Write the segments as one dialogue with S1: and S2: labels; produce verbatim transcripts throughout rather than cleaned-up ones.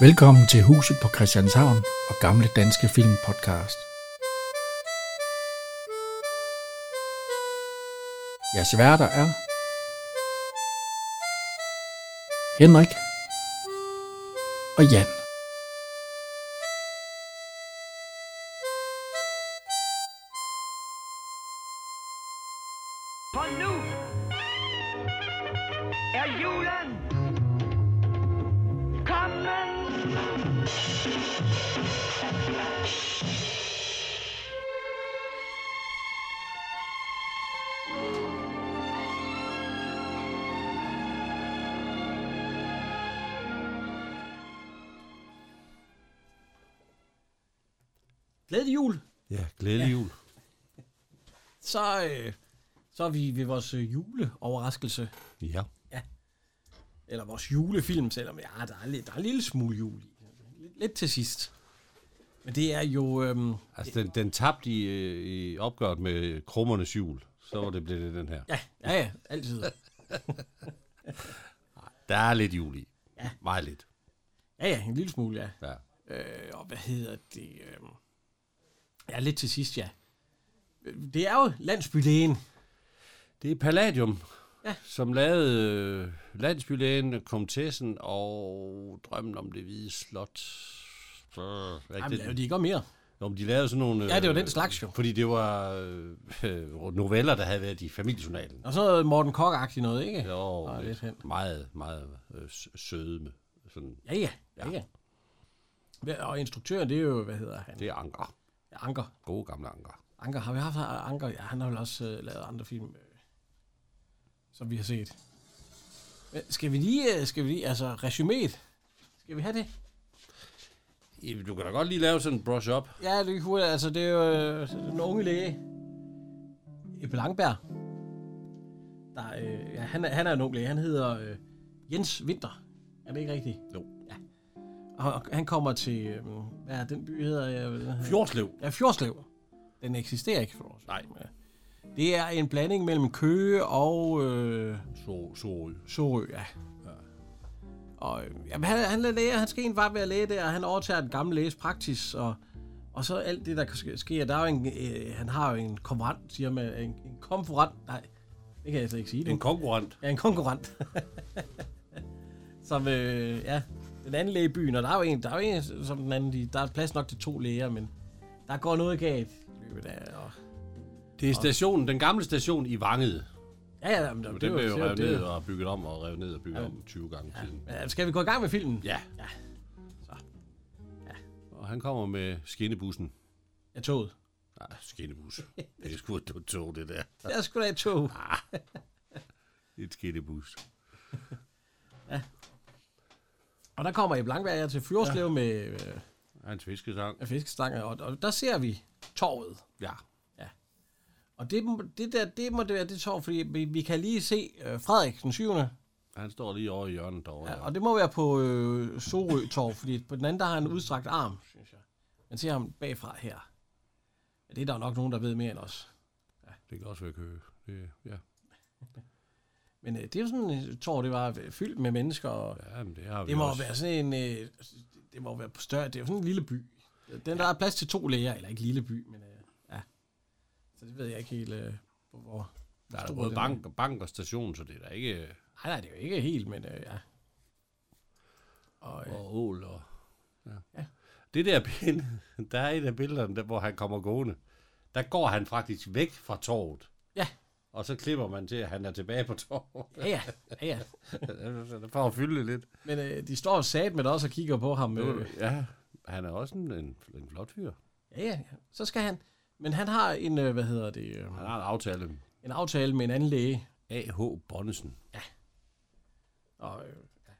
S1: Velkommen til Huset på Christianshavn og Gamle Danske Film Podcast. Jeres værter er Henrik og Jan.
S2: For nu er julen kommet.
S3: Glædelig jul.
S4: Ja, glædelig ja. jul.
S3: Så, øh, så er vi ved vores øh, juleoverraskelse.
S4: Ja.
S3: Ja. Eller vores julefilm, selvom ja, der er, lidt, der er en lille smule jul i. Lidt, lidt til sidst. Men det er jo... Øhm,
S4: altså, den, den tabte i, i opgøret med krummernes jul. Så var det blevet den her.
S3: Ja, ja, ja, altid.
S4: Der er lidt jul i.
S3: Ja.
S4: Meget lidt.
S3: Ja, ja, en lille smule, ja.
S4: Ja.
S3: Øh, og hvad hedder det? Øh, ja, lidt til sidst, ja. Det er jo Landsbylægen.
S4: Det er Palladium,
S3: ja.
S4: som lavede øh, Landsbylægen, Komtessen og Drømmen om det hvide slot. Så,
S3: Jamen, lavede de ikke om mere?
S4: Jo, de lavede sådan nogle...
S3: Ja, det var den slags jo.
S4: Fordi det var øh, noveller, der havde været i familiejournalen.
S3: Og så noget Morten Korch-agtigt noget, ikke?
S4: Jo,
S3: og
S4: lidt hen. meget, meget øh, søde med sådan...
S3: Ja, ja, ja, ja. ja. Og instruktøren, det er jo, hvad hedder han?
S4: Det er Anker.
S3: Ja, Anker.
S4: Gode gamle Anker.
S3: Anker, har vi haft Anker? Ja, han har vel også øh, lavet andre film, øh, som vi har set. Men skal vi lige, øh, skal vi lige, altså resuméet, skal vi have det?
S4: Du kan da godt lige lave sådan en brush-up.
S3: Ja, det kunne altså, det er jo øh, den unge læge, Ebbe Langberg. Der, øh, ja, han, er, han er en ung læge, han hedder øh, Jens Winter. Er det ikke rigtigt?
S4: Jo.
S3: Ja. Og, og han kommer til, øh, hvad er den by hedder? Øh,
S4: Fjordslev.
S3: Ja, Fjordslev. Den eksisterer ikke for os.
S4: Nej.
S3: Det er en blanding mellem Køge og... Øh,
S4: så, Sorø.
S3: Sorø, ja. ja. Og øh, jamen, han, han er læge, han skal egentlig bare være læge der, og han overtager den gamle læges praksis, og, og så alt det, der kan ske, der er jo en, øh, han har jo en konkurrent, siger man, en, en konkurrent, nej, det kan jeg slet ikke sige.
S4: En konkurrent?
S3: Ja, en konkurrent. Som, øh, ja, den anden læge i byen, og der er jo en, der er jo en som den anden, der er plads nok til to læger, men der går noget galt. Og,
S4: det er stationen, den gamle station i Vangede.
S3: Ja, ja, men,
S4: men det, det blev jo revet ned og bygget om og revet ned og bygget ja. om tyve gange
S3: ja.
S4: siden.
S3: Ja, skal vi gå i gang med filmen?
S4: Ja.
S3: Ja. Så.
S4: Ja. Og han kommer med skinnebussen.
S3: Ja, toget.
S4: Nej, skinnebus. Det er sgu et tog, det der.
S3: Det er sgu da et tog.
S4: Ah. Et skinnebus.
S3: Ja. Og der kommer Ebbe Langberg til Fjordslev ja. med... Øh,
S4: Hans fiskestang.
S3: Med fiskestanger, og, og der ser vi torvet.
S4: Ja.
S3: Ja. Og det, det der, det må det være det torv, fordi vi, vi kan lige se øh, Frederik den syvende.
S4: Han står lige over i hjørnet derovre.
S3: Ja, og det må være på øh, Sorø torv, fordi på den anden, der har han en udstrakt arm, synes jeg. Man ser ham bagfra her. Ja, det er der nok nogen, der ved mere end os.
S4: Ja. Det kan også være Køge. Det, ja.
S3: Men øh, det er jo sådan et torv, det var fyldt med mennesker. Og
S4: ja, men det har vi
S3: det må
S4: også.
S3: være sådan en... Øh, det må være på større... Det er jo sådan en lille by. Den, der er plads til to læger, eller ikke lille by, men øh, ja. Så det ved jeg ikke helt, øh, hvor...
S4: Der er både bank, bank og station, så det er der ikke...
S3: Nej, nej, det er jo ikke helt, men øh, ja.
S4: Og, øh, og ål og... Ja.
S3: ja.
S4: Det der billede, der er et af billederne, der, hvor han kommer gående. Der går han faktisk væk fra torvet.
S3: Ja.
S4: Og så klipper man til, at han er tilbage på torvet.
S3: Ja, ja. ja, ja.
S4: Det får at fylde lidt.
S3: Men øh, de står sat med det også og kigger på ham. Øh.
S4: Ja, han er også en, en, en flot fyr.
S3: Ja, ja, så skal han. Men han har en, øh, hvad hedder det? Øh,
S4: han har en aftale.
S3: En aftale med en anden læge.
S4: A H Bonnesen.
S3: Ja. Og, øh, ja.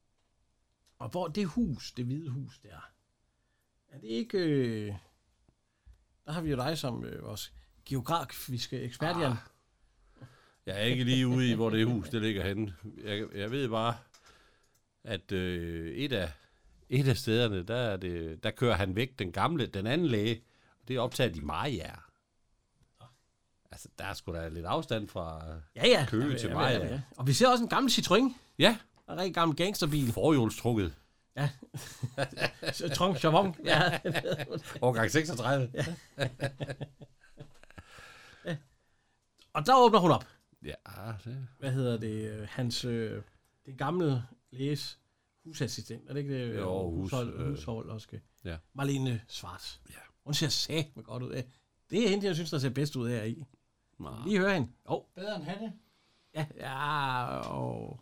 S3: Og hvor det hus, det hvide hus der, er det ikke... Øh, der har vi jo dig som øh, vores geografiske ekspert, Jan. Ah.
S4: Jeg er ikke lige ude i, hvor det hus det ligger henne. Jeg, jeg ved bare, at øh, et, af, et af stederne, der, er det, der kører han væk, den gamle, den anden læge, det er optaget i Mariager. Altså, der er sgu da lidt afstand fra
S3: ja, ja.
S4: Køge
S3: ja,
S4: til
S3: ja,
S4: Mariager.
S3: Ja, ja. Og vi ser også en gammel Citroën.
S4: Ja.
S3: En rigtig gammel gangsterbil.
S4: Forhjulstrukket.
S3: Ja. Tronc Chavon. Ja.
S4: Årgang seksogtredive. Ja.
S3: Ja. Og der åbner hun op.
S4: Ja, det...
S3: Hvad hedder det? Hans... Øh, det gamle læges husassistent. Er det ikke det?
S4: Jo, hus...
S3: Hushold,
S4: Øh,
S3: hushold også.
S4: Ja.
S3: Marlene Schwartz.
S4: Ja.
S3: Hun ser satme godt ud af. Det er hende, jeg synes, der ser bedst ud af i.
S4: Nej.
S3: Lige høre hende. Oh.
S1: Bedre end Hanne.
S3: Ja, ja, åh.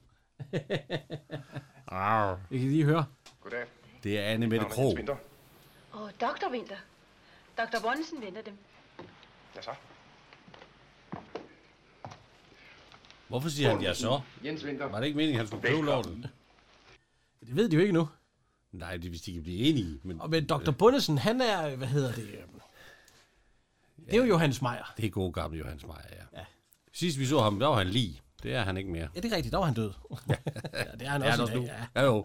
S4: Arr.
S3: Vi kan lige høre.
S2: Goddag.
S4: Det er Anne Mette Krog.
S5: Åh, oh, doktor Winter. doktor Bonnesen venter dem.
S2: Ja, så.
S4: Hvorfor siger han ja så?
S2: Jens Winter.
S4: Var det ikke meningen, at han skulle købe lorten?
S3: Det ved de jo ikke nu.
S4: Nej, det er, hvis de kan blive enige. Men...
S3: Og men doktor Bonnesen, han er, hvad hedder det? øhm, Det er jo Johannes Meyer.
S4: Det er god gamle Johannes Meyer, ja.
S3: Ja.
S4: Sidst vi så ham, der var han lige. Det er han ikke mere.
S3: Ja, det er rigtigt. Der var han død. Ja, det er han også,
S4: også
S3: i
S4: nu.
S3: dag.
S4: Ja, jo.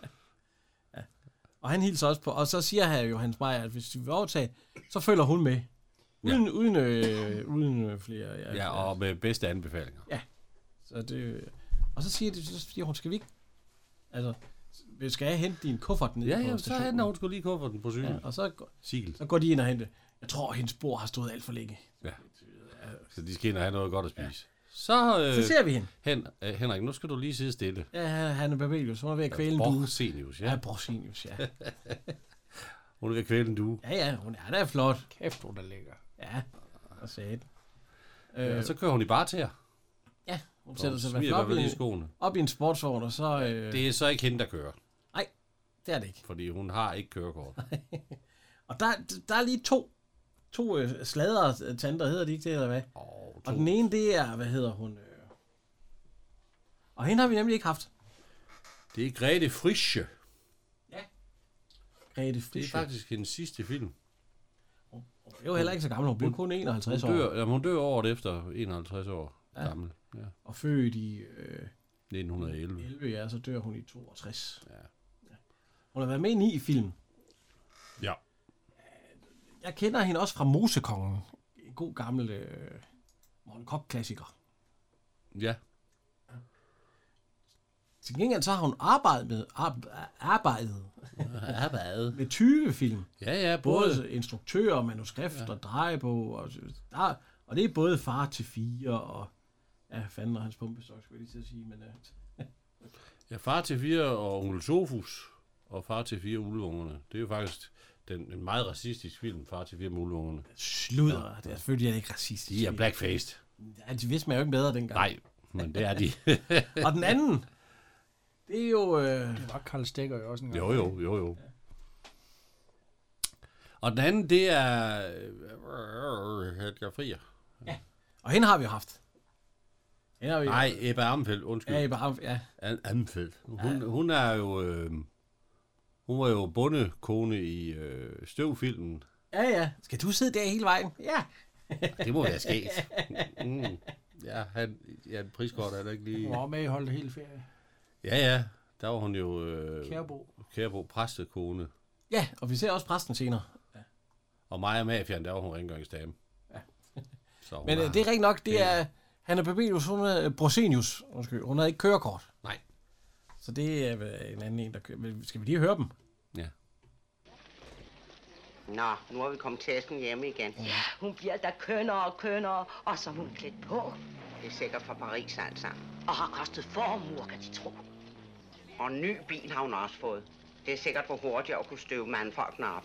S3: Og han hilser også på. Og så siger her Johannes Meyer, at hvis de vil overtage, så følger hun med. Uden, ja. uden, øh, uden øh, flere. Ja,
S4: Ja, og med bedste anbefalinger.
S3: Ja. Så det, og så siger, det, så siger hun, skal vi ikke... Altså, skal jeg hente din kuffert ned
S4: Ja,
S3: på
S4: ja, så
S3: stationen?
S4: henter hun skulle lige kufferten på cyklen.
S3: Ja, og så, går-
S4: Sigel.
S3: så går de ind og henter. Jeg tror, at hendes bord har stået alt for længe.
S4: Ja. Så de skal ind og have noget godt at spise. Ja. Så, øh,
S3: Så ser vi hende.
S4: Hen, øh, Henrik, nu skal du lige sidde stille.
S3: Ja, han er Babelius. Hun er ved at kvæle en due.
S4: Borsenius,
S3: Ja,
S4: ja.
S3: Borsenius, ja.
S4: Hun er ved at kvæle en due.
S3: Ja, ja, hun er da flot.
S1: Kæft, hun er lækker.
S3: Ja, og sagde det.
S4: Ja,
S3: Øh,
S4: og så kører hun i barter.
S3: ja, hun sætter sig i hvert
S4: smider
S3: fald op,
S4: vel
S3: i,
S4: i skoene.
S3: op i en sportsvogn, og så... Øh,
S4: Det er så ikke hende, der kører.
S3: Nej, det er det ikke.
S4: Fordi hun har ikke kørekort.
S3: Og der, der er lige to, to øh, sladere tanter, hedder de ikke det, eller hvad?
S4: Oh,
S3: Og den ene, det er, hvad hedder hun? Øh... Og hende har vi nemlig ikke haft.
S4: Det er Grete Frische.
S3: Grete
S4: Det er
S3: Fischer.
S4: faktisk hendes sidste film.
S3: Hun er jo heller ikke så gammel, hun blev kun enoghalvtreds
S4: Hun
S3: år.
S4: dør, jamen, hun dør året efter enoghalvtreds år
S3: Ja.
S4: gammel. Ja.
S3: Og født i øh,
S4: nitten elleve.
S3: elleve, ja, så dør hun i toogtres.
S4: Ja.
S3: Ja. Hun har været med i ni film.
S4: Ja.
S3: Jeg kender hende også fra Mosekongen. En god gammel øh, Morten Koch-klassiker.
S4: Ja.
S3: Til gengæld så har hun arbejdet med, ar- arbejdet
S4: Arbejde.
S3: med tyve film.
S4: Ja, ja, både.
S3: Både instruktører, manuskript ja. og drejebog. Og, der, og det er både Far til fire og... Ja, fanden og hans pumpestok, skulle jeg lige til at sige. Men, uh,
S4: Ja, Far til fire og Onkel Sofus og Far til fire Ulveungerne. Det er jo faktisk den, en meget racistisk film, Far til fire med Ulveungerne.
S3: sludder. Ja. Det er selvfølgelig er det ikke racistisk.
S4: De er blackfaced.
S3: Ja, de vidste man jo ikke bedre dengang.
S4: Nej, men det er de.
S3: Og den anden, det er jo... Øh,
S1: Det var Karl Stegger jo også en gang.
S4: jo, jo, jo, jo. Og den anden, det er øh, Edgar Frier.
S3: og hende har vi jo haft. Hende har vi
S4: Nej, Ebbe Amfeldt, undskyld.
S3: Ja, bare, ja.
S4: An- Amfeldt. Hun, hun er jo... Øh, hun var jo bondekone i øh, Støvfilmen.
S3: Ja, ja. Skal du sidde der hele vejen? Ja.
S4: Det må være sket. Mm. Ja, han, ja, priskort er der ikke lige...
S1: Hun var med i holdt hele ferie.
S4: Ja, ja. Der var hun jo... Øh,
S1: Kærbo.
S4: Kærbo, præstekone.
S3: Ja, og vi ser også præsten senere. Ja.
S4: Og Maja Mafian, der var hun rengøringsdame.
S3: Ja.
S4: Så hun
S3: Men
S4: har-
S3: øh, det er rigtigt nok, det er... Hanne Babelius, hun er øh, Brosenius. Undskyld, hun havde ikke kørekort.
S4: Nej.
S3: Så det er øh, en anden en, der kører. Men skal vi lige høre dem?
S4: Ja.
S6: Nå, nu er vi kommet tasken hjemme igen.
S5: Ja, hun bliver da kønnere og kønnere, og så er hun klædt på.
S6: Det er sikkert fra Paris alt sammen.
S5: Og har kostet formuer, kan de tro.
S6: Og en ny bil har hun også fået. Det er sikkert for hurtigt at kunne støve mandfolkene op.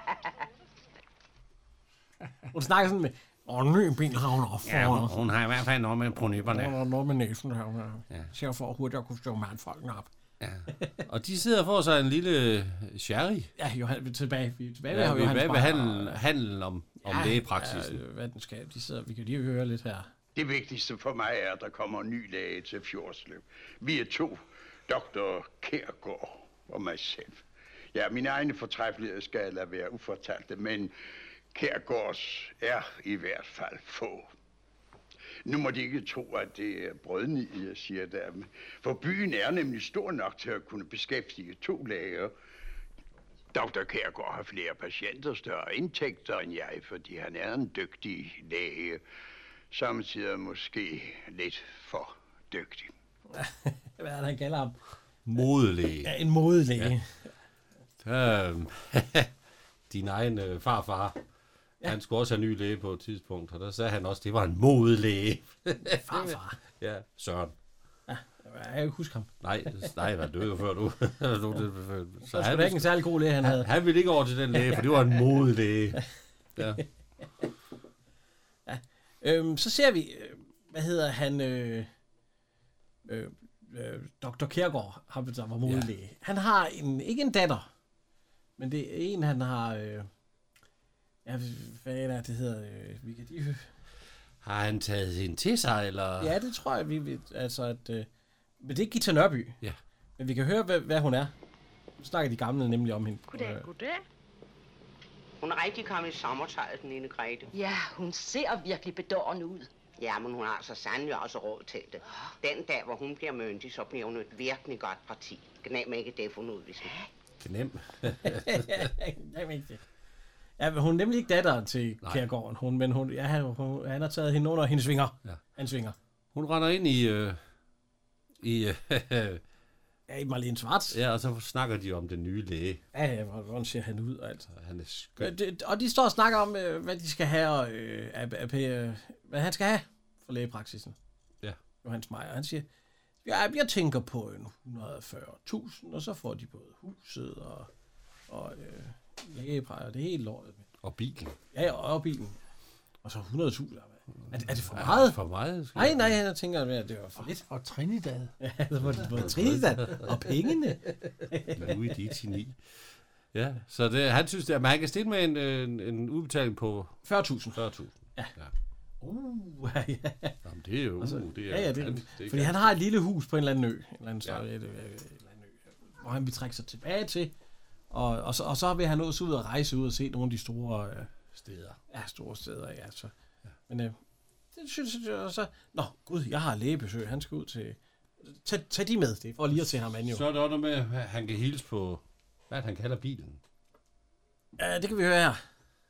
S3: Hun snakker sådan med... Åh, en ny bil har hun også
S4: Ja, hun, hun har i hvert fald noget med pronypperne.
S3: Der er noget med næsen her.
S4: Ja.
S3: Ja. Ser for hurtigt at kunne stå mandfolkene op.
S4: Ja. Og de sidder og får sig en lille sherry.
S3: Ja, Johan, vi er tilbage. Vi er tilbage
S4: Ja,
S3: ved
S4: vi er
S3: Johannes
S4: tilbage ved
S3: Meyer.
S4: handlen, handlen om, om
S3: Ja,
S4: lægepraksisen.
S3: Ja, hvad den skal. De sidder, vi kan lige høre lidt her.
S2: Det vigtigste for mig er, at der kommer en ny læge til Fjordsløb. Vi er to. doktor Kærgaard og mig selv. Ja, mine egne fortræffeligheder skal jeg lade være ufortalte, men Kærgaards er i hvert fald få. Nu må de ikke tro, at det er brødni, jeg siger dem. For byen er nemlig stor nok til at kunne beskæftige to læger. doktor Kærgaard har flere patienter, større indtægter end jeg, fordi han er en dygtig læge. Samtidig måske lidt for dygtig.
S3: Hvad er det, han kalder ham?
S4: modelæge.
S3: Ja, en modelæge.
S4: Ja. Øh, din egen øh, farfar, ja. Han skulle også have ny læge på et tidspunkt, og der sagde han også, at det var en modelæge.
S3: Farfar.
S4: Ja, Søren.
S3: Ja, jeg kan ikke huske ham.
S4: Nej, nej, hvad døde jo før du.
S3: Så, så han var ikke en særlig god læge, han havde.
S4: Han, han ville ikke over til den læge, for det var en modelæge. Ja.
S3: Ja. Øhm, så ser vi, hvad hedder han, øh, øh, øh, doktor Kjærgaard, ham der var modelæge. Ja. Han har en, ikke en datter, men det er en, han har, øh, ja, hvad er det, det hedder, øh, vi kan de,
S4: Har han taget hende til sig, eller?
S3: Ja, det tror jeg, vi vil, altså, at, øh, men det er Gita Nørby.
S4: Ja.
S3: Men vi kan høre, hvad, hvad hun er. Nu snakker de gamle nemlig om hende.
S5: Goddag, goddag.
S6: Hun er rigtig kommet i sommertøjet, den ene Grete.
S5: Ja, hun ser virkelig bedårende ud.
S6: Ja, men hun har altså sandelig også råd til det. Den dag, hvor hun bliver myndig, så bliver hun et virkelig godt parti. Gnæm ikke det, for ud, hvis hun...
S4: Gnem.
S3: Jamen ikke det. Ja, men hun er nemlig ikke datteren til Kjærgaard, hun, men hun, ja, han, hun, han har taget hende under hendes vinger.
S4: Ja.
S3: Hans vinger.
S4: Hun render ind i... Øh, i øh,
S3: Ja, i Marlene Schwartz.
S4: Ja, og så snakker de om den nye læge.
S3: Ja, ja, hvordan ser han ud og alt.
S4: Han er skøn.
S3: Det, og de står og snakker om, øh, hvad de skal have, og øh, af, af, øh, hvad han skal have for lægepraksisen.
S4: Ja.
S3: Johannes Meyer, han siger, ja, jeg tænker på en et hundrede og fyrre tusind, og så får de både huset og, og øh, lægepræger, det er helt lortet.
S4: Og bilen.
S3: Ja, ja, og bilen. Og så hundrede tusind. Er, er det for meget?
S4: Ja, for meget?
S3: Nej, nej, jeg tænker, at det var for lidt.
S1: Og Trinidad.
S3: Ja, det var både Trinidad og pengene.
S4: Louis D T ni. Ja, så det, han synes, at man kan stille med en, en, en udbetaling på
S3: fyrre tusind.
S4: fyrre tusind.
S3: Ja.
S4: Ja.
S3: Uh, ja.
S4: Jamen, det er jo... Uh, det er,
S3: ja, ja, det,
S4: han, det er
S3: fordi han har et lille hus på en eller anden ø. En eller anden,
S4: ja.
S3: større, et, et, et, et, et, ø, hvor han vil trække sig tilbage til. Og, og, så, og så vil han også ud og rejse ud og se nogle af de store... Øh,
S4: steder.
S3: Ja, store steder, ja. Så. Ja. Men øh, det synes jeg også... Nå, gud, jeg har lægebesøg. Han skal ud til... Tag, tag de med, det er for lige at se ham an, jo.
S4: Så er der også noget med, at han kan hilse på... Hvad han kalder bilen.
S3: Ja, det kan vi høre her.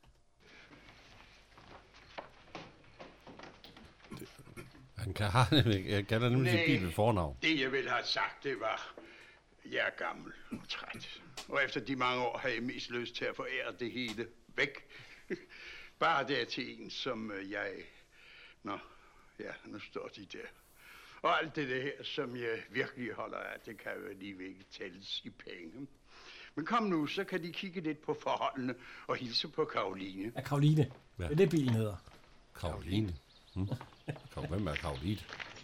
S4: Han kan have, jeg kalder nemlig sin bil med fornavn.
S2: Det jeg ville have sagt, det var, jeg er gammel og træt. Og efter de mange år har jeg mest lyst til at forære det hele væk. Bare der til en, som jeg... Nå, ja, nu står de der. Og alt det her, som jeg virkelig holder af, det kan jo alligevel ikke tælles i penge. Men kom nu, så kan de kigge lidt på forholdene og hilse på Karoline.
S3: Ja, Karoline.
S4: Ja.
S3: Det er det, bilen hedder.
S4: Karoline. Hmm. Hvem er Karoline?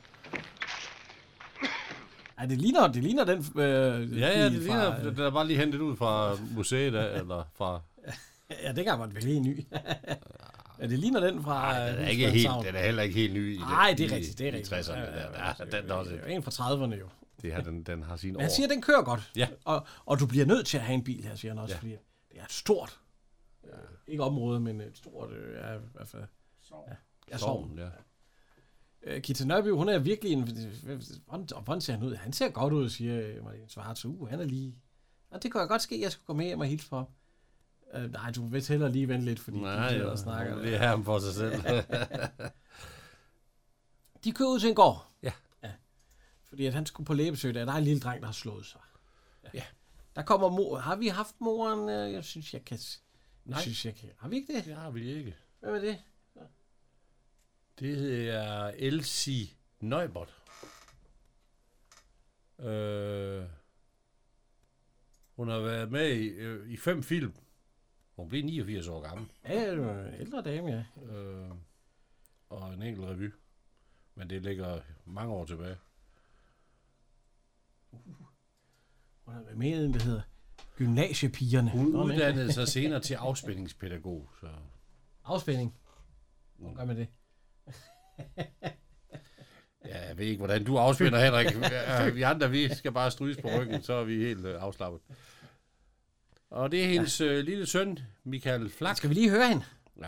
S3: Ja, det ligner, det ligner den øh,
S4: Ja, ja, det
S3: bil
S4: ligner,
S3: fra, øh,
S4: der er bare lige hentet ud fra museet, af, eller fra...
S3: Ja, det kan man vel helt ny. Ja, det ligner den fra...
S4: Nej, den er,
S3: uh,
S4: ikke helt, den er heller ikke helt ny i
S3: Nej, det er rigtigt, det er rigtigt.
S4: I tresserne, der, der, der, den er også...
S3: Det er en fra trediverne jo.
S4: Det her, den, den har sin år.
S3: Han siger, at den kører godt.
S4: Ja.
S3: Og, og du bliver nødt til at have en bil her, siger han også, ja. Fordi det er et stort, ja. øh, ikke område, men et stort, øh, ja, i hvert fald...
S4: Sovn.
S3: Ja, ja,
S4: Sovn, ja.
S3: Øh, Gita Nørby, hun er virkelig en... Hvordan, hvordan ser han ud? Han ser godt ud, siger Marlene Schwartz. Uh, han er lige... Og det kan jo godt ske, at jeg skal gå med hjem og hilse på ham. Uh, nej, du vil hellere lige vente lidt, fordi
S4: nej,
S3: de
S4: jo,
S3: og snakker.
S4: Det er ham for sig selv.
S3: De kører ud til en gård.
S4: Ja.
S3: Ja. Fordi at han skulle på lægebesøg, der er en lille dreng, der har slået sig. Ja.
S4: Ja.
S3: Der kommer mor. Har vi haft moren? Jeg synes, jeg kan... Jeg
S4: Nej.
S3: synes, jeg kan... Har vi ikke det?
S4: Det har vi ikke.
S3: Hvem er det? Ja.
S4: Det er Elsie Neubert. Øh, hun har været med i, øh, i fem film. Hun blev niogfirs år gammel.
S3: Ja, det var en ældre dame, ja.
S4: Øh, og en enkelt revy. Men det ligger mange år tilbage.
S3: Uh. Hun har været med i en, der hedder Gymnasiepigerne.
S4: Hun uddannede sig senere til afspændingspædagog. Så.
S3: Afspænding? Hvor gør man det?
S4: Ja, jeg ved ikke, hvordan du afspænder, Henrik. Vi andre, vi skal bare stryges på ryggen, så er vi helt øh, afslappet. Og det er hendes ja. øh, lille søn, Michael Flak.
S3: Skal vi lige høre hende?
S4: Ja.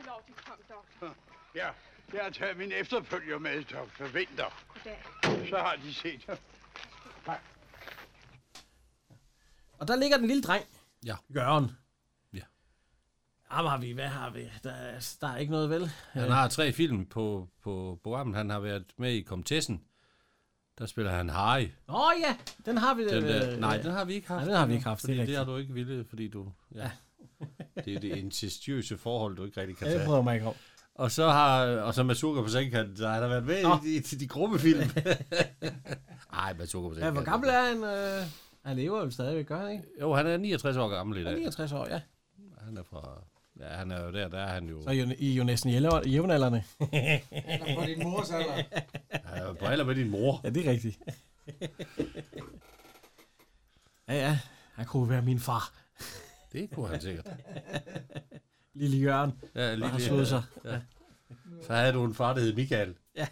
S2: Ja, jeg har taget min efterfølger med, doktor Winter.
S5: Goddag.
S2: Så har de set dig.
S3: Og der ligger den lille dreng.
S4: Ja.
S3: Jørgen.
S4: Ja.
S3: Hvad har vi? Hvad har vi? Der er, der er ikke noget, vel?
S4: Han har tre film på, på programmet. Han har været med i Komtessen. Der spiller han Harry.
S3: Åh oh, ja, den har vi.
S4: Den der,
S3: øh,
S4: nej, den har vi ikke haft.
S3: Nej, den har vi ikke haft.
S4: Fordi
S3: det, er
S4: det har du ikke ville, fordi du... Ja. Det er det incestuøse forhold, du ikke rigtig kan
S3: tage. Det prøver mig ikke om.
S4: Og så har og så Mazurka på sengekanten, så har der været med oh. i, i, i de gruppefilm. Ej, Mazurka på sengekanten.
S3: Ja, hvor gammel er han? Øh, han lever jo stadigvæk, gør han ikke?
S4: Jo, han er niogtres år gammel i dag.
S3: Han er niogtres år, ja.
S4: Han er fra... Ja, han er jo der, der er han jo...
S3: Så I, I er jo næsten jævnaldrende.
S7: Eller på din mors alder.
S4: Ja, på alder med din mor.
S3: Ja, det er rigtigt. Ja, ja. Han kunne være min far.
S4: Det kunne han sikkert.
S3: Lille Jørgen.
S4: Ja, lige
S3: har slået sig.
S4: Ja. Så havde du en far, der hed Michael.
S3: Ja.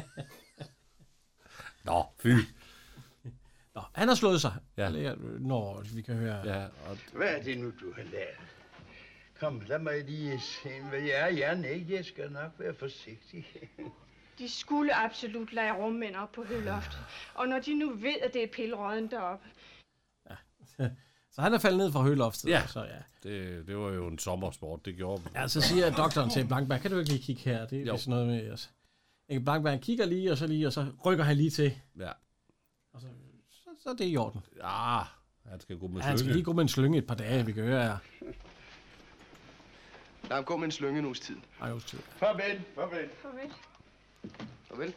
S4: Nå, fy.
S3: Nå, han har slået sig.
S4: Ja.
S3: Når vi kan høre...
S4: Ja, og...
S2: Hvad er det nu, du har lært? Kom, lad mig lige se, hvad jeg er. Jeg er ikke. Jeg skal nok være forsigtig.
S8: De skulle absolut lade rummænd op på høloftet. Og når de nu ved, at det er pillerøden deroppe.
S3: Ja. Så han er faldet ned fra høloftet.
S4: Ja,
S3: så, ja.
S4: Det, det var jo en sommersport, det gjorde.
S3: Ja, så siger doktoren til Blankberg, kan du ikke lige kigge her? Det er jo sådan noget med os. Blankberg kigger lige, og så lige, og så rykker han lige til.
S4: Ja.
S3: Og så, så, så er det i orden.
S4: Ja, han skal gå med slynge.
S3: Ja, han skal lige gå med en slynge et par dage, vi kan høre her.
S9: Lad ham gå med en slynge en uges tid.
S3: Ej, uges tid.
S2: Farvel, farvel.
S8: Farvel.
S9: Farvel.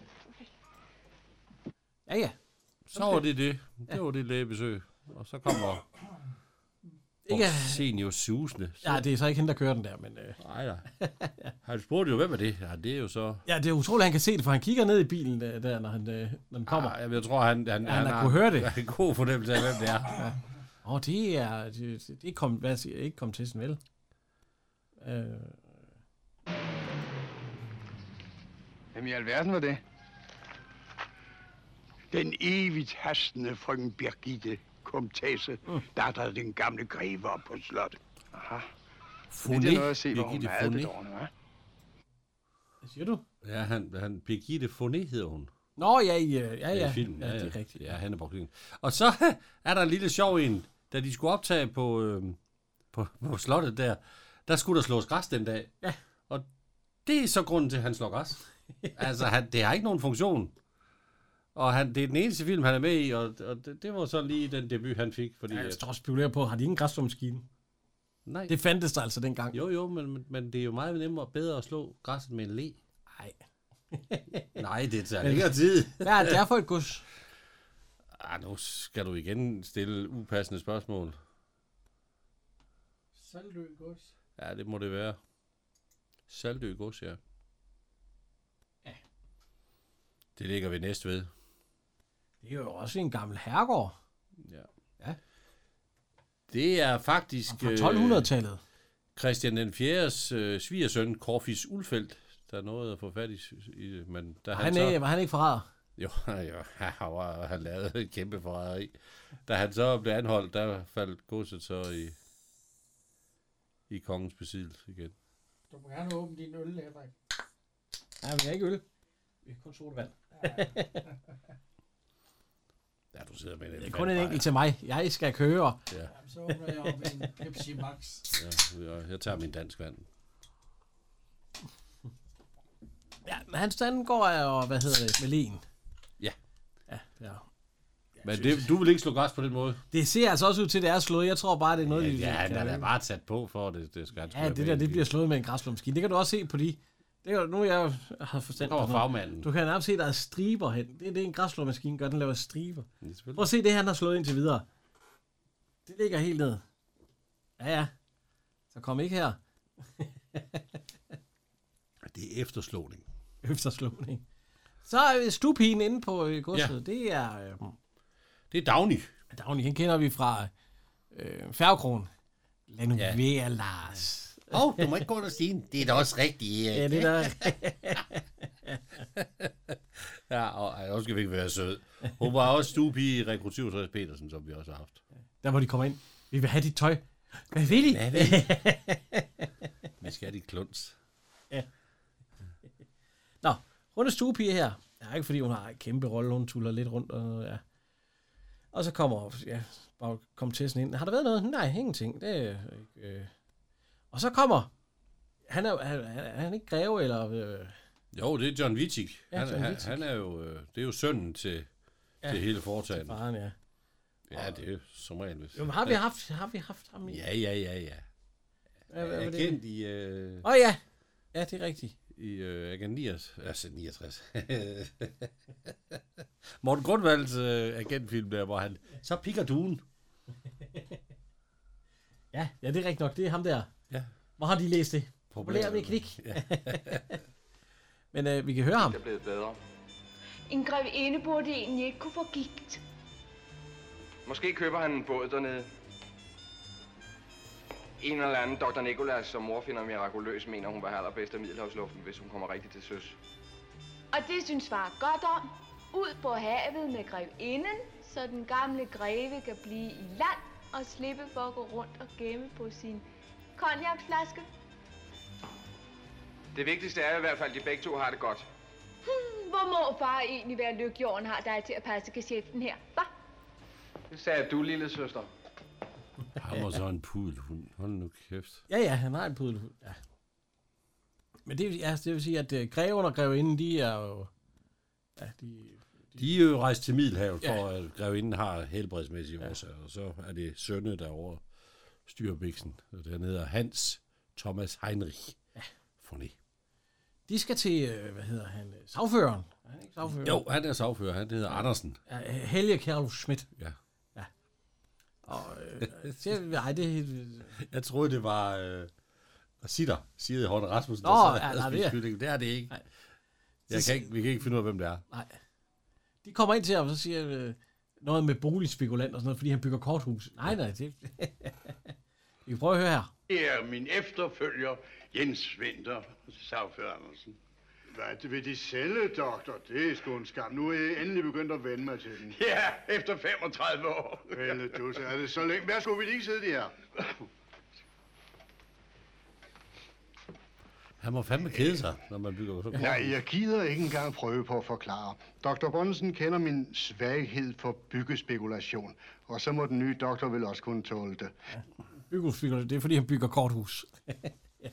S3: Ja, ja.
S4: Så var det det. Det ja. var det lægebesøg. Og så kommer
S3: ikke
S4: Senior susende.
S3: Ja, det er så ikke hende, der kører den der, men... Øh...
S4: Nej da. Han spurgte jo, hvem er det? Ja, det er jo så...
S3: Ja, det er utroligt, han kan se det, for han kigger ned i bilen der, der når, han, øh, når den kommer.
S4: Ja, jeg tror, han, han,
S3: ja,
S4: han,
S3: han
S4: har
S3: kunne høre det.
S4: en god fornemmelse af, hvem det er.
S3: Ja. Åh, oh, det er... Det, det er kom, hvad siger, ikke kommet til sådan vel. Øh...
S9: Hvem i alverden var det?
S2: Den evigt hastende frøken Birgitte Komtesse, mm. datter af den gamle greve op på slottet.
S9: Aha.
S4: Foné.
S9: Det er noget at se, hvor hun havde det dårligt, hva'?
S3: Hvad siger du?
S4: Ja, han, han Birgitte Foné hedder hun.
S3: Nå, ja, ja, ja. ja.
S4: Filmen.
S3: Ja,
S4: Ja,
S3: det
S4: ja,
S3: er rigtigt.
S4: Ja, han er brugklingen. Og så er der en lille sjov en, da de skulle optage på, øh, på, på slottet der, der skulle der slås græs den dag.
S3: Ja.
S4: Og det er så grunden til, at han slår græs. Altså, han, det har ikke nogen funktion. Og han, det er den eneste film, han er med i, og, og det, det var så lige den debut, han fik. Fordi,
S3: ja, jeg står og spekulerer på, har de ingen græsslåmaskine?
S4: Nej.
S3: Det fandtes der altså dengang.
S4: Jo, jo, men, men, men det er jo meget nemmere og bedre at slå græsset med en le.
S3: Nej.
S4: Nej, det tager længere tid.
S3: Hvad er det der for et gods?
S4: Ah, nu skal du igen stille upassende spørgsmål.
S7: Saltø gods.
S4: Ja, det må det være. Saltø gods, ja.
S3: Ja.
S4: Det ligger ved Næstved.
S3: Det er jo også en gammel herregård.
S4: Ja.
S3: Ja.
S4: Det er faktisk...
S3: fra tolvhundredetallet.
S4: Øh, Christian den fjerdes øh, svigersøn, Corfis Ulfeldt, der nåede at få fat i... i men der
S3: han
S4: han
S3: så,
S4: så,
S3: var han ikke forræder?
S4: Jo, jo han, var, han lavede et kæmpe forræderi. Da han så blev anholdt, der faldt godset så i, i kongens besiddelse igen.
S7: Du må gerne åbne din øl, Henrik.
S3: Nej, vi har ikke øl. Vi har kun sodavand.
S4: Ja, du sidder med en
S3: det er kun en enkelt til mig. Jeg skal køre.
S4: Ja.
S7: Jamen, så åbner jeg op en Pepsi Max.
S4: Ja, jeg tager min dansk vand.
S3: Ja, men hans stand går og hvad hedder det, med len.
S4: Ja.
S3: Ja, ja.
S4: Men det, du vil ikke slå græs på den måde?
S3: Det ser altså også ud til, at det er slået. Jeg tror bare, det er noget,
S4: ja,
S3: de...
S4: Ja, han er da bare sat på for, det, det skal
S3: Ja, det der, det bliver slået med en græsslåmaskine. Det kan du også se på de... Det kan, nu jeg har forstand
S4: på fagmanden.
S3: Du kan nærmest se, der er striber hen. Det er det, en græsslåmaskine gør, den laver striber. Prøv at se det, han har slået indtil videre. Det ligger helt ned. Ja, ja. Så kom ikke her.
S4: Det er efterslåning.
S3: Efterslåning. Så er stupigen inde på godset. Ja. Det er... Øh,
S4: det er Dagny.
S3: Dagny, hende kender vi fra øh, Færgekrogen. Lad nu ja. være, Lars.
S4: Åh, oh, du må ikke gå og sige, det er da også rigtigt.
S3: Ja, det der.
S4: Ja, og nu skal vi ikke være sød. Hun var også stuepige i Rekord syvogtres Petersen, som vi også har haft.
S3: Der hvor de kommer ind. Vi vil have dit tøj. Hvad vil I?
S4: Hvad vil I? Vi skal have dit kluns.
S3: Ja. Nå, hun er stuepige her. Ja, ikke fordi hun har en kæmpe rolle, hun tuller lidt rundt. Og, ja. og så kommer ja, bare kom til sådan ind. Har der været noget? Nej, ingenting. Det er ikke... Øh. Og så kommer... Han er, han, er han ikke greve, eller... Øh...
S4: Jo, det er John Witzig.
S3: Ja,
S4: han,
S3: John
S4: han,
S3: Witzig.
S4: han er jo... Øh, det er jo sønnen til,
S3: Ja,
S4: til hele foretagendet.
S3: til faren, ja.
S4: Ja, det er jo som regel. Hvis...
S3: Jo, men har vi haft, har vi haft ham i?
S4: Ja, ja, ja, ja.
S3: Hvad, hvad, hvad
S4: Agent i... Åh øh...
S3: oh, ja, ja, det er rigtigt.
S4: I øh, Agent niogtres, altså niogtres. Morten Grundvalds øh, agentfilm der, hvor han... Så pikker duen.
S3: Ja, ja, det er rigtigt nok. Det er ham der.
S4: Ja.
S3: Hvor har de læst det? Populær mekanik. Ja. Men øh, vi kan høre ham.
S9: Det er blevet bedre.
S8: En grevinde burde egentlig ikke kunne få gigt.
S9: Måske køber han en båd dernede. En eller anden doktor Nikolas, som mor finder mirakuløs, mener hun var allerbedst af Middelhavsluften, hvis hun kommer rigtigt til søs.
S8: Og det synes far godt om. Ud på havet med grevinden, så den gamle greve kan blive i land og slippe for at gå rundt og gemme på sin konjakflaske.
S9: Det vigtigste er i hvert fald, at de begge to har det godt.
S8: Hmm, hvor må far egentlig være lykkelig, har dig til at passe geschæften her, hva?
S9: Det sagde du, lille søster.
S4: Han var så en pudelhund. Hold nu kæft.
S3: Ja, ja, han har en pudelhund. Ja. Men det, ja, det vil sige, at uh, greven og grevinden, de er jo... Ja, de, de...
S4: de er jo rejst til Middelhavet, for ja. At grevinden har helbredsmæssige ja. årsager. Og så er det sønne, der over styrbiksen. Og den hedder Hans Thomas Heinrich.
S3: Ja.
S4: Forné.
S3: De skal til, øh, hvad hedder han, sagføreren. Er han ikke sagfører?
S4: Jo, han er sagfører. Han hedder ja. Andersen.
S3: Ja, Helge Kjærluf Schmidt.
S4: Ja.
S3: Ja. Og, øh, det, nej, det...
S4: Jeg troede, det var... Øh, Sitter, siger Horne Rasmussen.
S3: Nå,
S4: der
S3: ja, nej, det er...
S4: det er det ikke.
S3: Nej.
S4: Jeg kan ikke. Vi kan ikke finde ud af, hvem det er.
S3: Nej. De kommer ind til ham, og så siger øh, noget med boligspekulant og sådan noget, fordi han bygger korthus. Nej, nej, det... Vi kan prøve at høre her.
S2: Det er min efterfølger, Jens Winter, sagfører Andersen.
S10: Hvad vil de sælge, doktor? Det er sgu en skam. Nu er jeg endelig begyndt at vende mig til den.
S2: Ja, efter femogtredive år.
S10: Vel, du, så er det så længe. Værsgo, vil de ikke sidde de her?
S4: Han må fandme kede sig, når man bygger så.
S10: Nej, jeg gider ikke engang prøve på at forklare. doktor Bonnesen kender min svaghed for byggespekulation, og så må den nye doktor vel også kunne tåle det.
S3: Ja. Byggespekulation, det er fordi, han bygger korthus. Ja.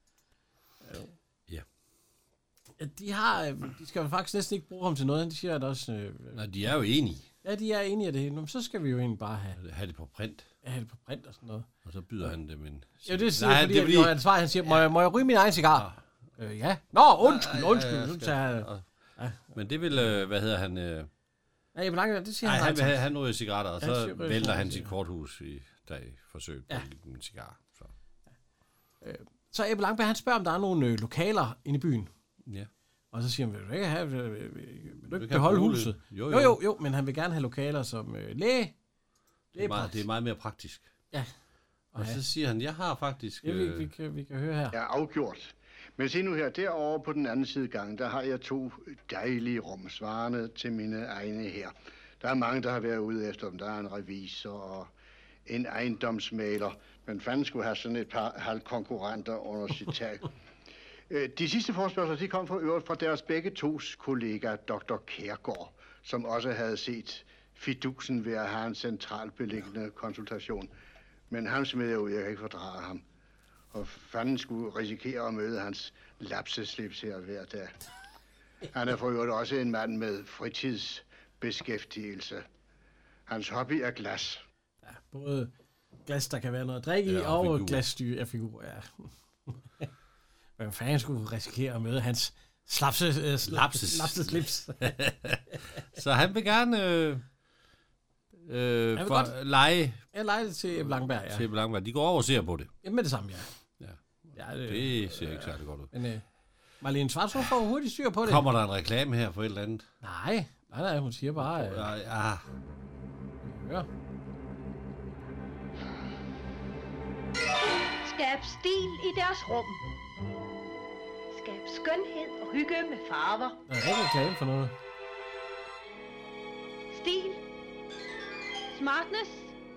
S4: Ja.
S3: Ja, de har, de skal jo faktisk næsten ikke bruge ham til noget, de siger at også... Øh,
S4: Nej, de er jo enige.
S3: Ja, de er enige af det. Nå, så skal vi jo egentlig bare have...
S4: Have det på print.
S3: Ja, have det på print og sådan noget.
S4: Og så byder han dem en...
S3: Ja, det siger Nej, fordi, det er fordi... at han svarer, han siger, må jeg, må jeg ryge min egen cigar? Ja. Øh, ja. Nå, undskyld, undskyld. Ja, ja, ja, skal... jeg... ja.
S4: Men det vil, øh, hvad hedder han... Øh...
S3: Ja, jeg langt, det siger
S4: Nej,
S3: han.
S4: han vil have, han ryger cigaretter, og så
S3: ja,
S4: vælter han sit korthus i dag forsøg på
S3: ja.
S4: en cigar. Så,
S3: ja. øh, så Ebbe Langberg, han spørger, om der er nogle øh, lokaler inde i byen.
S4: Ja.
S3: Og så siger han, vil du ikke, have, vil, vil, vil du ikke beholde huset? Jo jo. jo, jo, jo, men han vil gerne have lokaler som øh, læge.
S4: Det er, meget, det er meget mere praktisk.
S3: Ja.
S4: Og ja. Så siger han, jeg har faktisk...
S3: Ja, vi, vi, kan, vi kan høre her.
S10: Ja, afgjort. Men se nu her, derovre på den anden side gang, der har jeg to dejlige rum, svarende til mine egne her. Der er mange, der har været ude efter dem. Der er en revisor og en ejendomsmaler. Men fanden skulle have sådan et par halvkonkurrenter under sit tag. De sidste forespørgsler, de kom fra øvrigt fra deres begge tos kollega, doktor Kærgaard, som også havde set fidusen ved at have en centralt beliggende konsultation. Men han smed jo, jeg kan ikke fordrage ham. Og fanden skulle risikere at møde hans lapseslips her hver dag. Han er for øvrigt også en mand med fritidsbeskæftigelse. Hans hobby er glas.
S3: Ja, både glas, der kan være noget at drikke i, ja, og, og glasstyr af figurer, ja. Hvem fanden skulle risikere at møde hans slapse, øh, slapse slips?
S4: Så han vil gerne øh, øh, for, godt lege.
S3: Jeg leger det til Ebbe Langberg, ja.
S4: Til Ebbe Langberg. De går over og ser på det.
S3: Jamen med det samme, ja.
S4: Ja. Ja, det, det ser øh, ikke særlig godt ud.
S3: Men øh, Marlene Schwartz, får hurtigt styr på det.
S4: Kommer der en reklame her for et eller andet?
S3: Nej, nej, nej, hun siger bare... Øh,
S4: ja, ja.
S3: Ja.
S11: Skab stil i deres rum. Skab skønhed og hygge med farver.
S3: Der er ikke reklame for noget.
S11: Stil. Smartness.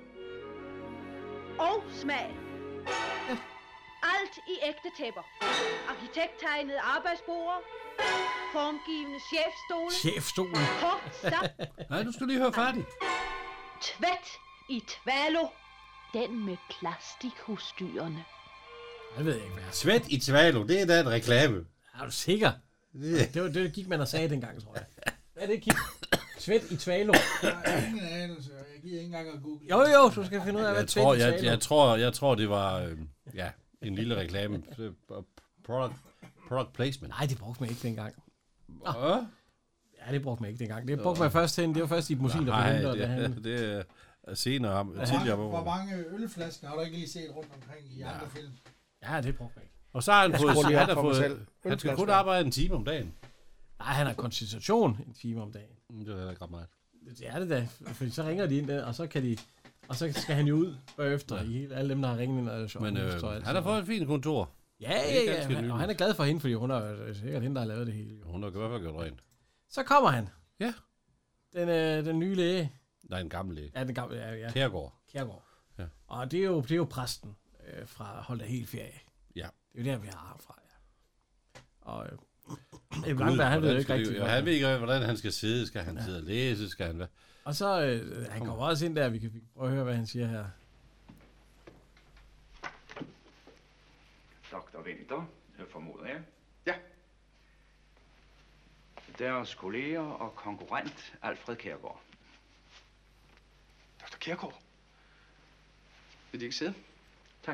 S11: Og smag. Ja. Alt i ægte tæpper. Arkitekttegnede arbejdsborde. Formgivende chefstole.
S3: Chefstole?
S11: Kort sagt.
S4: Nej, du skal lige høre færdig.
S11: Tvæt i Tvalo. Den med plastikudstyrene.
S3: Jeg ved ikke, hvad jeg
S4: Svæt i Tvalo, det er da en reklame.
S3: Er du sikker? Det, det var det, gik man og sagde dengang, tror jeg. Ja, det gik. Svæt i Tvalo.
S7: Jeg har ingen anelse, og jeg giver ikke engang at google.
S3: Jo, jo, du skal finde ud af, hvad
S4: jeg
S3: Svæt
S4: tror,
S3: i
S4: jeg,
S3: Tvalo.
S4: jeg, tror, jeg tror, det var øh, ja, en lille reklame. Product, product placement.
S3: Nej, det brugte man ikke dengang.
S4: Hvad?
S3: Ja, det brugte man ikke dengang. Det brugte man først hen. Det var først i musikken, der
S4: Nej,
S3: forhindrede
S4: det,
S3: han.
S4: det, det er senere ham.
S7: Hvor
S4: Tidligere.
S7: mange, hvor mange ølflasker har du ikke lige set rundt omkring i ja. andre film?
S3: Ja, det brugte man ikke.
S4: Og så har han
S1: Jeg
S4: fået...
S1: skruer lige
S4: Han,
S1: op
S4: har
S1: for mig
S4: fået,
S1: selv.
S4: han skal kun
S1: Ølflasker.
S4: arbejde en time om dagen.
S3: Nej, han har koncentration en time om dagen.
S4: Det er heller ikke ret meget.
S3: Det er det da, fordi så ringer de ind der, og så kan de... Og så skal han jo ud bagefter ja. i hele, alle dem, der har ringet ind. Og
S4: Men øh, han har fået et fint kontor.
S3: Ja, ja, ja. Han, og han er glad for hende, fordi hun er sikkert hende, der har lavet det hele.
S4: Hun har i hvert fald gjort rent.
S3: Så kommer han.
S4: Ja.
S3: Den, øh, den nye læge.
S4: Der er en gammel læge.
S3: Ja, den gamle, ja, ja.
S4: Kjærgaard.
S3: Kjærgaard.
S4: Ja.
S3: Og det er jo, det er jo præsten øh, fra Hold da helt ferie.
S4: Ja.
S3: Det er jo der, vi har ham fra, ja. Og øh, Ebbe Langberg, han ved jo ikke rigtig,
S4: det, han ved ikke, hvordan han skal sidde. Skal han ja. sidde og læse? Skal han hvad?
S3: Og så, øh, han kommer også ind der, vi kan prøve at høre, hvad han siger her.
S12: doktor Winter, formoder jeg. Ja. Deres kolleger og konkurrent, Alfred Kjærgaard. doktor Kjærgaard? Vil de ikke sidde? Tak.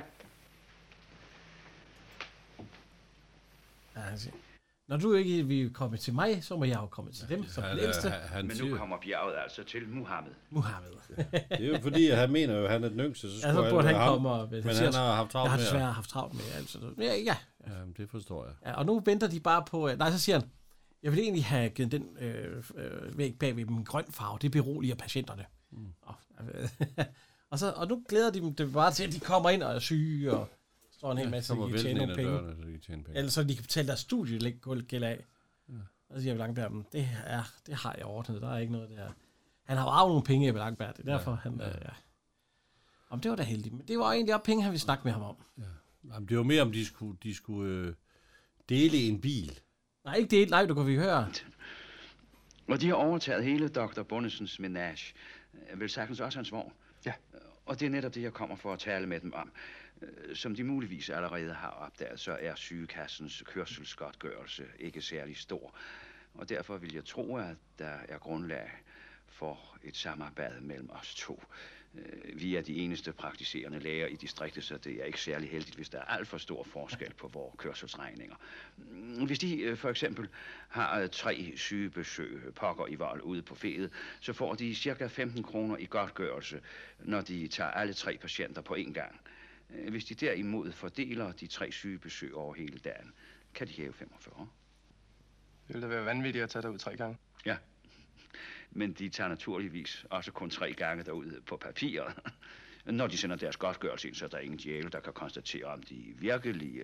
S3: Ja, han siger, når du ikke vil komme til mig, så må jeg jo komme til dem, som den ældste.
S12: Men nu kommer bjerget altså til Muhammed.
S3: Muhammed.
S4: Det er jo fordi, at han mener jo, at han er den yngste, så
S3: Ja, så burde han
S4: ham.
S3: komme og...
S4: Men han har haft travlt
S3: med
S4: med.
S3: Jeg har desværre haft travlt med, altså. Ja, ja.
S4: Ja, det forstår jeg.
S3: Ja, og nu venter de bare på... Nej, så siger han, jeg vil egentlig have givet den øh, øh, væg bag ved dem en grøn farve. Det beroliger patienterne. Mm. Og, øh, og, så, og nu glæder de dem det bare til, at de kommer ind og er syge, og står en hel masse, så de kan tjene nogle penge.
S4: Dørene, så de kan tjene penge.
S3: Eller så de kan betale deres studiegæld af. Ja. Og så siger jeg Langberg, det, er, det har jeg ordnet, der er ikke noget der. Han har jo arvet nogle penge, Ebbe Langberg, det er derfor, ja, han... Ja. Øh, ja. Om det var da heldigt, men det var egentlig også penge, han ville snakke med ham om.
S4: Ja. Jamen, det var mere, om de skulle, de skulle øh, dele en bil.
S3: Nej, ikke dele, nej, du kan vi høre.
S12: Og de har overtaget hele doktor Bundesens menage. Vel sagtens også hans vogn. Ja. Og det er netop det, jeg kommer for at tale med dem om. Som de muligvis allerede har opdaget, så er sygekassens kørselsgodtgørelse ikke særlig stor. Og derfor vil jeg tro, at der er grundlag for et samarbejde mellem os to. Vi er de eneste praktiserende læger i distriktet, så det er ikke særlig heldigt, hvis der er alt for stor forskel på vores kørselsregninger. Hvis de for eksempel har tre sygebesøg pokker i vold ude på fedet, så får de cirka femten kroner i godtgørelse, når de tager alle tre patienter på én gang. Hvis de derimod fordeler de tre sygebesøg over hele dagen, kan de hæve femogfyrre.
S9: Det ville da være vanvittigt at tage derud tre gange.
S12: Ja. Men de tager naturligvis også kun tre gange derud på papiret. Når de sender deres godtgørelse ind, så er der ingen djævel, der kan konstatere, om de virkelig...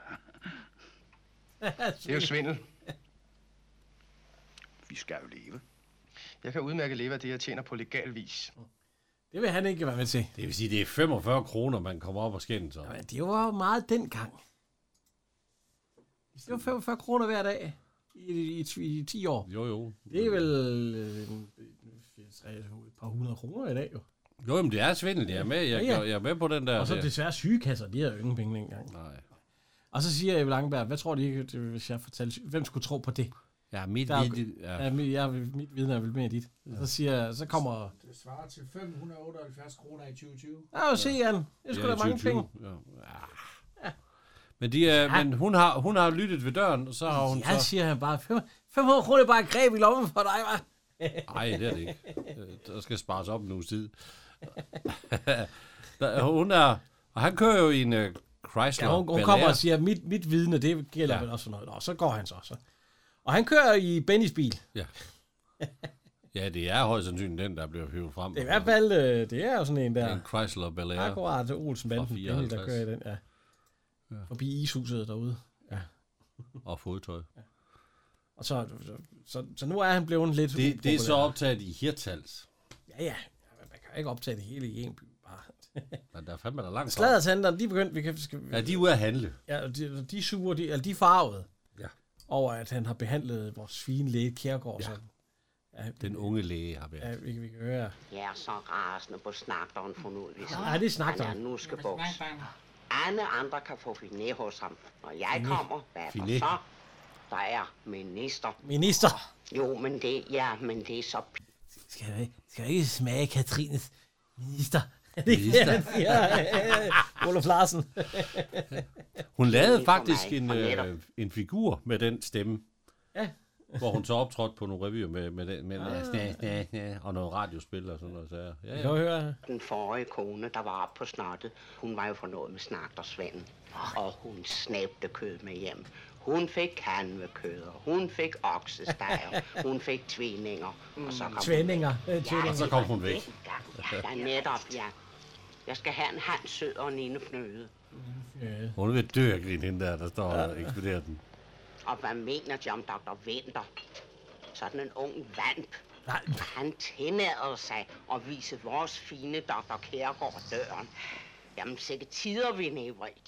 S9: Det er jo svindel.
S12: Vi skal jo leve.
S9: Jeg kan udmærke leve af det, jeg tjener på legal vis.
S3: Det vil han ikke være med til.
S4: Det vil sige, det er femogfyrre kroner, man kommer op og skændes om.
S3: Ja, det var jo meget dengang. Det var femogfyrre kroner hver dag i, i, i, i ti år.
S4: Jo, jo.
S3: Det er vel øh, et par hundrede kroner i dag, jo.
S4: Jo, men det er svindel, jeg er med. Jeg, ja, ja. jeg er med på den der.
S3: Og så desværre sygekasser, de har jo ingen penge engang.
S4: Nej.
S3: Og så siger Ebbe Langberg, hvad tror de, hvis jeg fortalte, hvem skulle tro på det?
S4: Ja, mit
S3: viden. Ja. Ja, mit, ja, mit viden er vel mere dit. Ja. Så siger så kommer...
S7: Det svarer til fem hundrede og otteoghalvfjerds kroner i tyve tyve.
S3: Ja, jo, se, Jan. Det er sgu da mange penge.
S4: Ja. Ja. Men, de, er, ja. men hun, har, hun har lyttet ved døren, og så har hun
S3: jeg
S4: så...
S3: siger han bare, fem hundrede kroner bare greb i lommen for dig, hva'?
S4: Nej, det er det ikke. Der skal spares op en uges tid. Hun er... Og han kører jo i en uh, Chrysler.
S3: Ja, hun, hun kommer og siger, mit, mit vidne, det gælder ja. vel også for noget. Og så går han så. så. Og han kører i Bennys bil.
S4: Ja. Ja, det er højst sandsynligt den, der bliver høvet frem.
S3: Det er i hvert fald, øh, det er jo sådan en der...
S4: En Chrysler Bel Air.
S3: Akkurat, Olsen-banden, Benny, der kører i den, ja. ja. Forbi ishuset derude. Ja.
S4: Og fodtøj. Ja.
S3: Og så, så, så, så nu er han blevet lidt...
S4: Det, det er så optaget i Hirtals.
S3: Ja, ja. Man kan ikke optage det hele i en by, bare.
S4: Men der er fandme der langt.
S3: Sladdertanderne, de er begyndt... Vi kan, skal,
S4: ja, de er ude at handle.
S3: Ja, de, de sure, de, eller de er farvede.
S4: Ja.
S3: Over at han har behandlet vores fine læge Kjærgaard.
S4: Ja.
S3: Sådan.
S4: Ja, den unge læge har været.
S3: Ja, vi, vi kan høre.
S6: Jeg er så rasende på snagteren for nu.
S3: Ja, det er snagteren.
S6: Han er nuskebuks. Alle andre kan få finé hos ham. Når jeg
S3: finé.
S6: kommer, hvad er der så? Der er minister.
S3: Minister?
S6: Jo, men det, ja, men det er så
S3: skal, jeg, skal jeg ikke smage Katrines minister?
S4: Minister?
S3: Det siger øh, Olaf Larsen.
S4: Hun lavede faktisk en, øh, en figur med den stemme.
S3: Ja.
S4: Hvor hun så optrådte på nogle revyer med, med, den, med ah. sna, sna, sna, og noget radiospil og sådan noget. Så, ja, ja.
S3: Kan du høre?
S6: Den forrige kone, der var oppe på snottet, hun var jo for noget med snagtersvenden. Og hun snæbte kød med hjem. Hun fik kalvekøder, hun fik oksesteger, hun fik tvillinger.
S3: Mm.
S6: Og så kom
S3: Tvillinger.
S6: Hun væk.
S3: Ja,
S4: og så kom hun væk.
S6: Ja, netop, ja. Jeg skal have en Hans Sød og en Nine Fnøde.
S4: Ja. Hun er ved at dø af grin, hende der, der står og ekspederer den.
S6: Og hvad mener de om doktor Winter? Sådan en ung vamp. Han tillader sig at vise vores fine doktor Kjærgaard døren. Jamen, sikke tider vi lever i.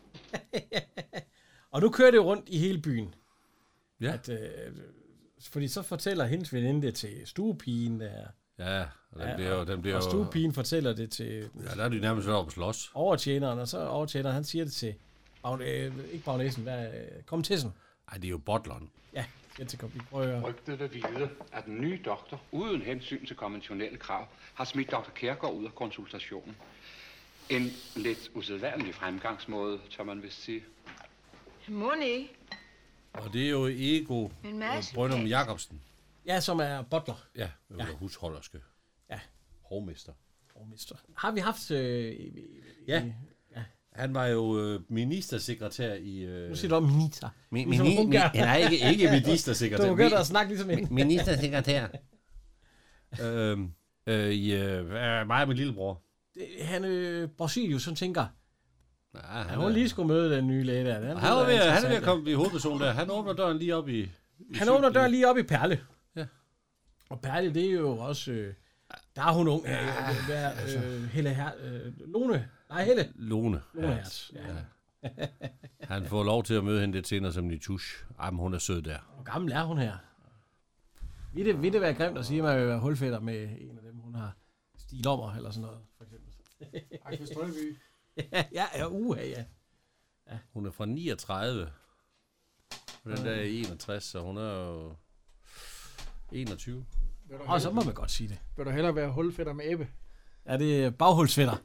S3: Og nu kører det rundt i hele byen.
S4: Ja.
S3: At, øh, fordi så fortæller hendes veninde det til stuepigen der.
S4: Ja, og den bliver jo... Den bliver
S3: og
S4: jo-
S3: stuepigen fortæller det til...
S4: Ja, der er de nærmest oppe at slås.
S3: Overtjeneren, og så overtjeneren, han siger det til... Bagn, øh, ikke bagnæsen, hvad... Øh, komtessen.
S4: Ej, det er jo butleren.
S3: Ja, jeg til vi prøver at høre.
S13: Rygtet vil vide, at den nye doktor, uden hensyn til konventionelle krav, har smidt doktor Kjærgaard ud af konsultationen. En lidt usædvanlig fremgangsmåde, tør man vist sige.
S8: Må ikke.
S4: Og det er jo Ego
S8: En masse
S4: Brøndum
S8: pænt.
S4: Jacobsen.
S3: Ja, som er butler.
S4: Ja, eller
S3: Ja.
S4: husholderske.
S3: Ja.
S4: Hovmester.
S3: Hovmester. Har vi haft... Øh, i, i,
S4: Ja.
S3: i, ja.
S4: Han var jo øh, ministersekretær i... Øh...
S3: Nu siger du om minister.
S4: Mi,
S3: Ligesom
S4: mini,
S3: hun
S4: mi,
S3: gør.
S4: nej, ikke, ikke ministersekretær.
S3: Du begynder at snakke ligesom en.
S4: Mi- Ministersekretær. øhm, øh, i øh, mig og min lillebror.
S3: Det, han, øh, Brasilius, han tænker...
S4: Ja,
S3: Han
S4: han,
S3: hun lige skulle møde den nye læge der. Den
S4: han, var ved,
S3: lyder
S4: han er ved at
S3: interessant,
S4: komme i hovedpersonen der. Han åbner døren lige op i... i
S3: ja. Han åbner døren lige op i Perle.
S4: Ja.
S3: Og Perle, det er jo også... Øh, der er hun ung her. Ja, det er,
S4: altså.
S3: øh, Helle her... Øh, Lone. Nej, Helle.
S4: Lone.
S3: Lone
S4: Hertz.
S3: Hertz,
S4: Ja. Han får lov til at møde hende lidt senere som Nitush. Ej, men hun er sød der.
S3: Hvor gammel er hun her? Vil det, vil det være grimt at sige, at man vil være hulfætter med en af dem, hun har stilommer eller sådan noget, for eksempel?
S7: Ej, Strøby.
S3: ja, ja, ja, uha, ja. ja.
S4: Hun er fra niogtredive. Og den der er enogtres, så hun er jo enogtyve.
S3: Og så må man godt sige det.
S7: Vil du hellere være hulfætter med Ebbe?
S3: Er det baghulsfætter?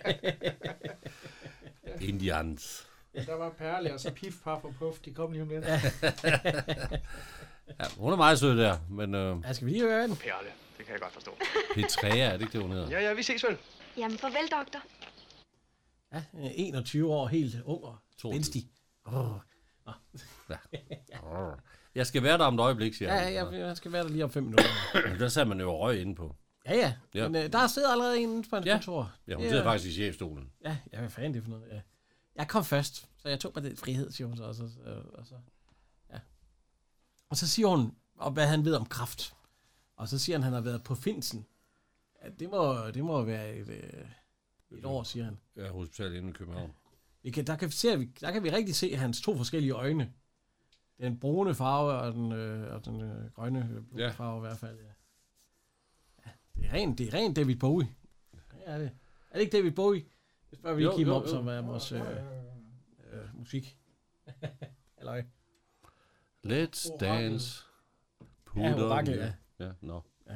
S4: Indians.
S7: Der var Perle, og så Pif, Paf og Puff, de kom lige om lidt.
S4: Ja, hun er meget sød der, men... Øh,
S3: ja, skal vi lige høre den?
S13: Perle, det kan jeg godt forstå.
S4: Petrea, er det ikke det, hun hedder?
S13: Ja, ja, vi ses vel.
S11: Jamen, farvel, doktor.
S3: Ja, enogtyve år, helt ung og spændstig. Oh.
S4: Ja. Jeg skal være der om et øjeblik, siger
S3: Ja,
S4: han.
S3: ja, jeg skal være der lige om fem minutter.
S4: Der sad man jo røg inde på.
S3: Ja, ja.
S4: Ja.
S3: Men øh, der sidder allerede en på hans
S4: Ja.
S3: kontor.
S4: Ja, hun
S3: Det
S4: sidder
S3: er-
S4: faktisk i chefstolen.
S3: Ja, ja, hvad fanden det er for noget? Ja. Jeg kom først, så jeg tog mig den frihed, siger hun så. Og så, og så, ja. og så siger hun, og hvad han ved om kræft. Og så siger han, at han har været på Finsen. Ja, det, må, det må være et, øh, et år, siger han.
S4: Ja, hospitalet inde i København.
S3: Vi kan, der, kan, ser vi, der kan vi rigtig se hans to forskellige øjne. Den brune farve og den, øh, og den øh, grønne øh, blå
S4: Ja.
S3: farve i hvert fald. Ja. Ja, det er rent, det er rent David Bowie. Ja, er det. Er det ikke David Bowie? Det spørger vi
S4: Jo,
S3: lige Kim
S4: jo,
S3: om,
S4: jo.
S3: som er vores øh, øh, musik. Eller hvad?
S4: Let's dance. Put
S3: Ja,
S4: on
S3: orakel,
S4: your-
S3: ja.
S4: Ja, nå.
S3: Ja.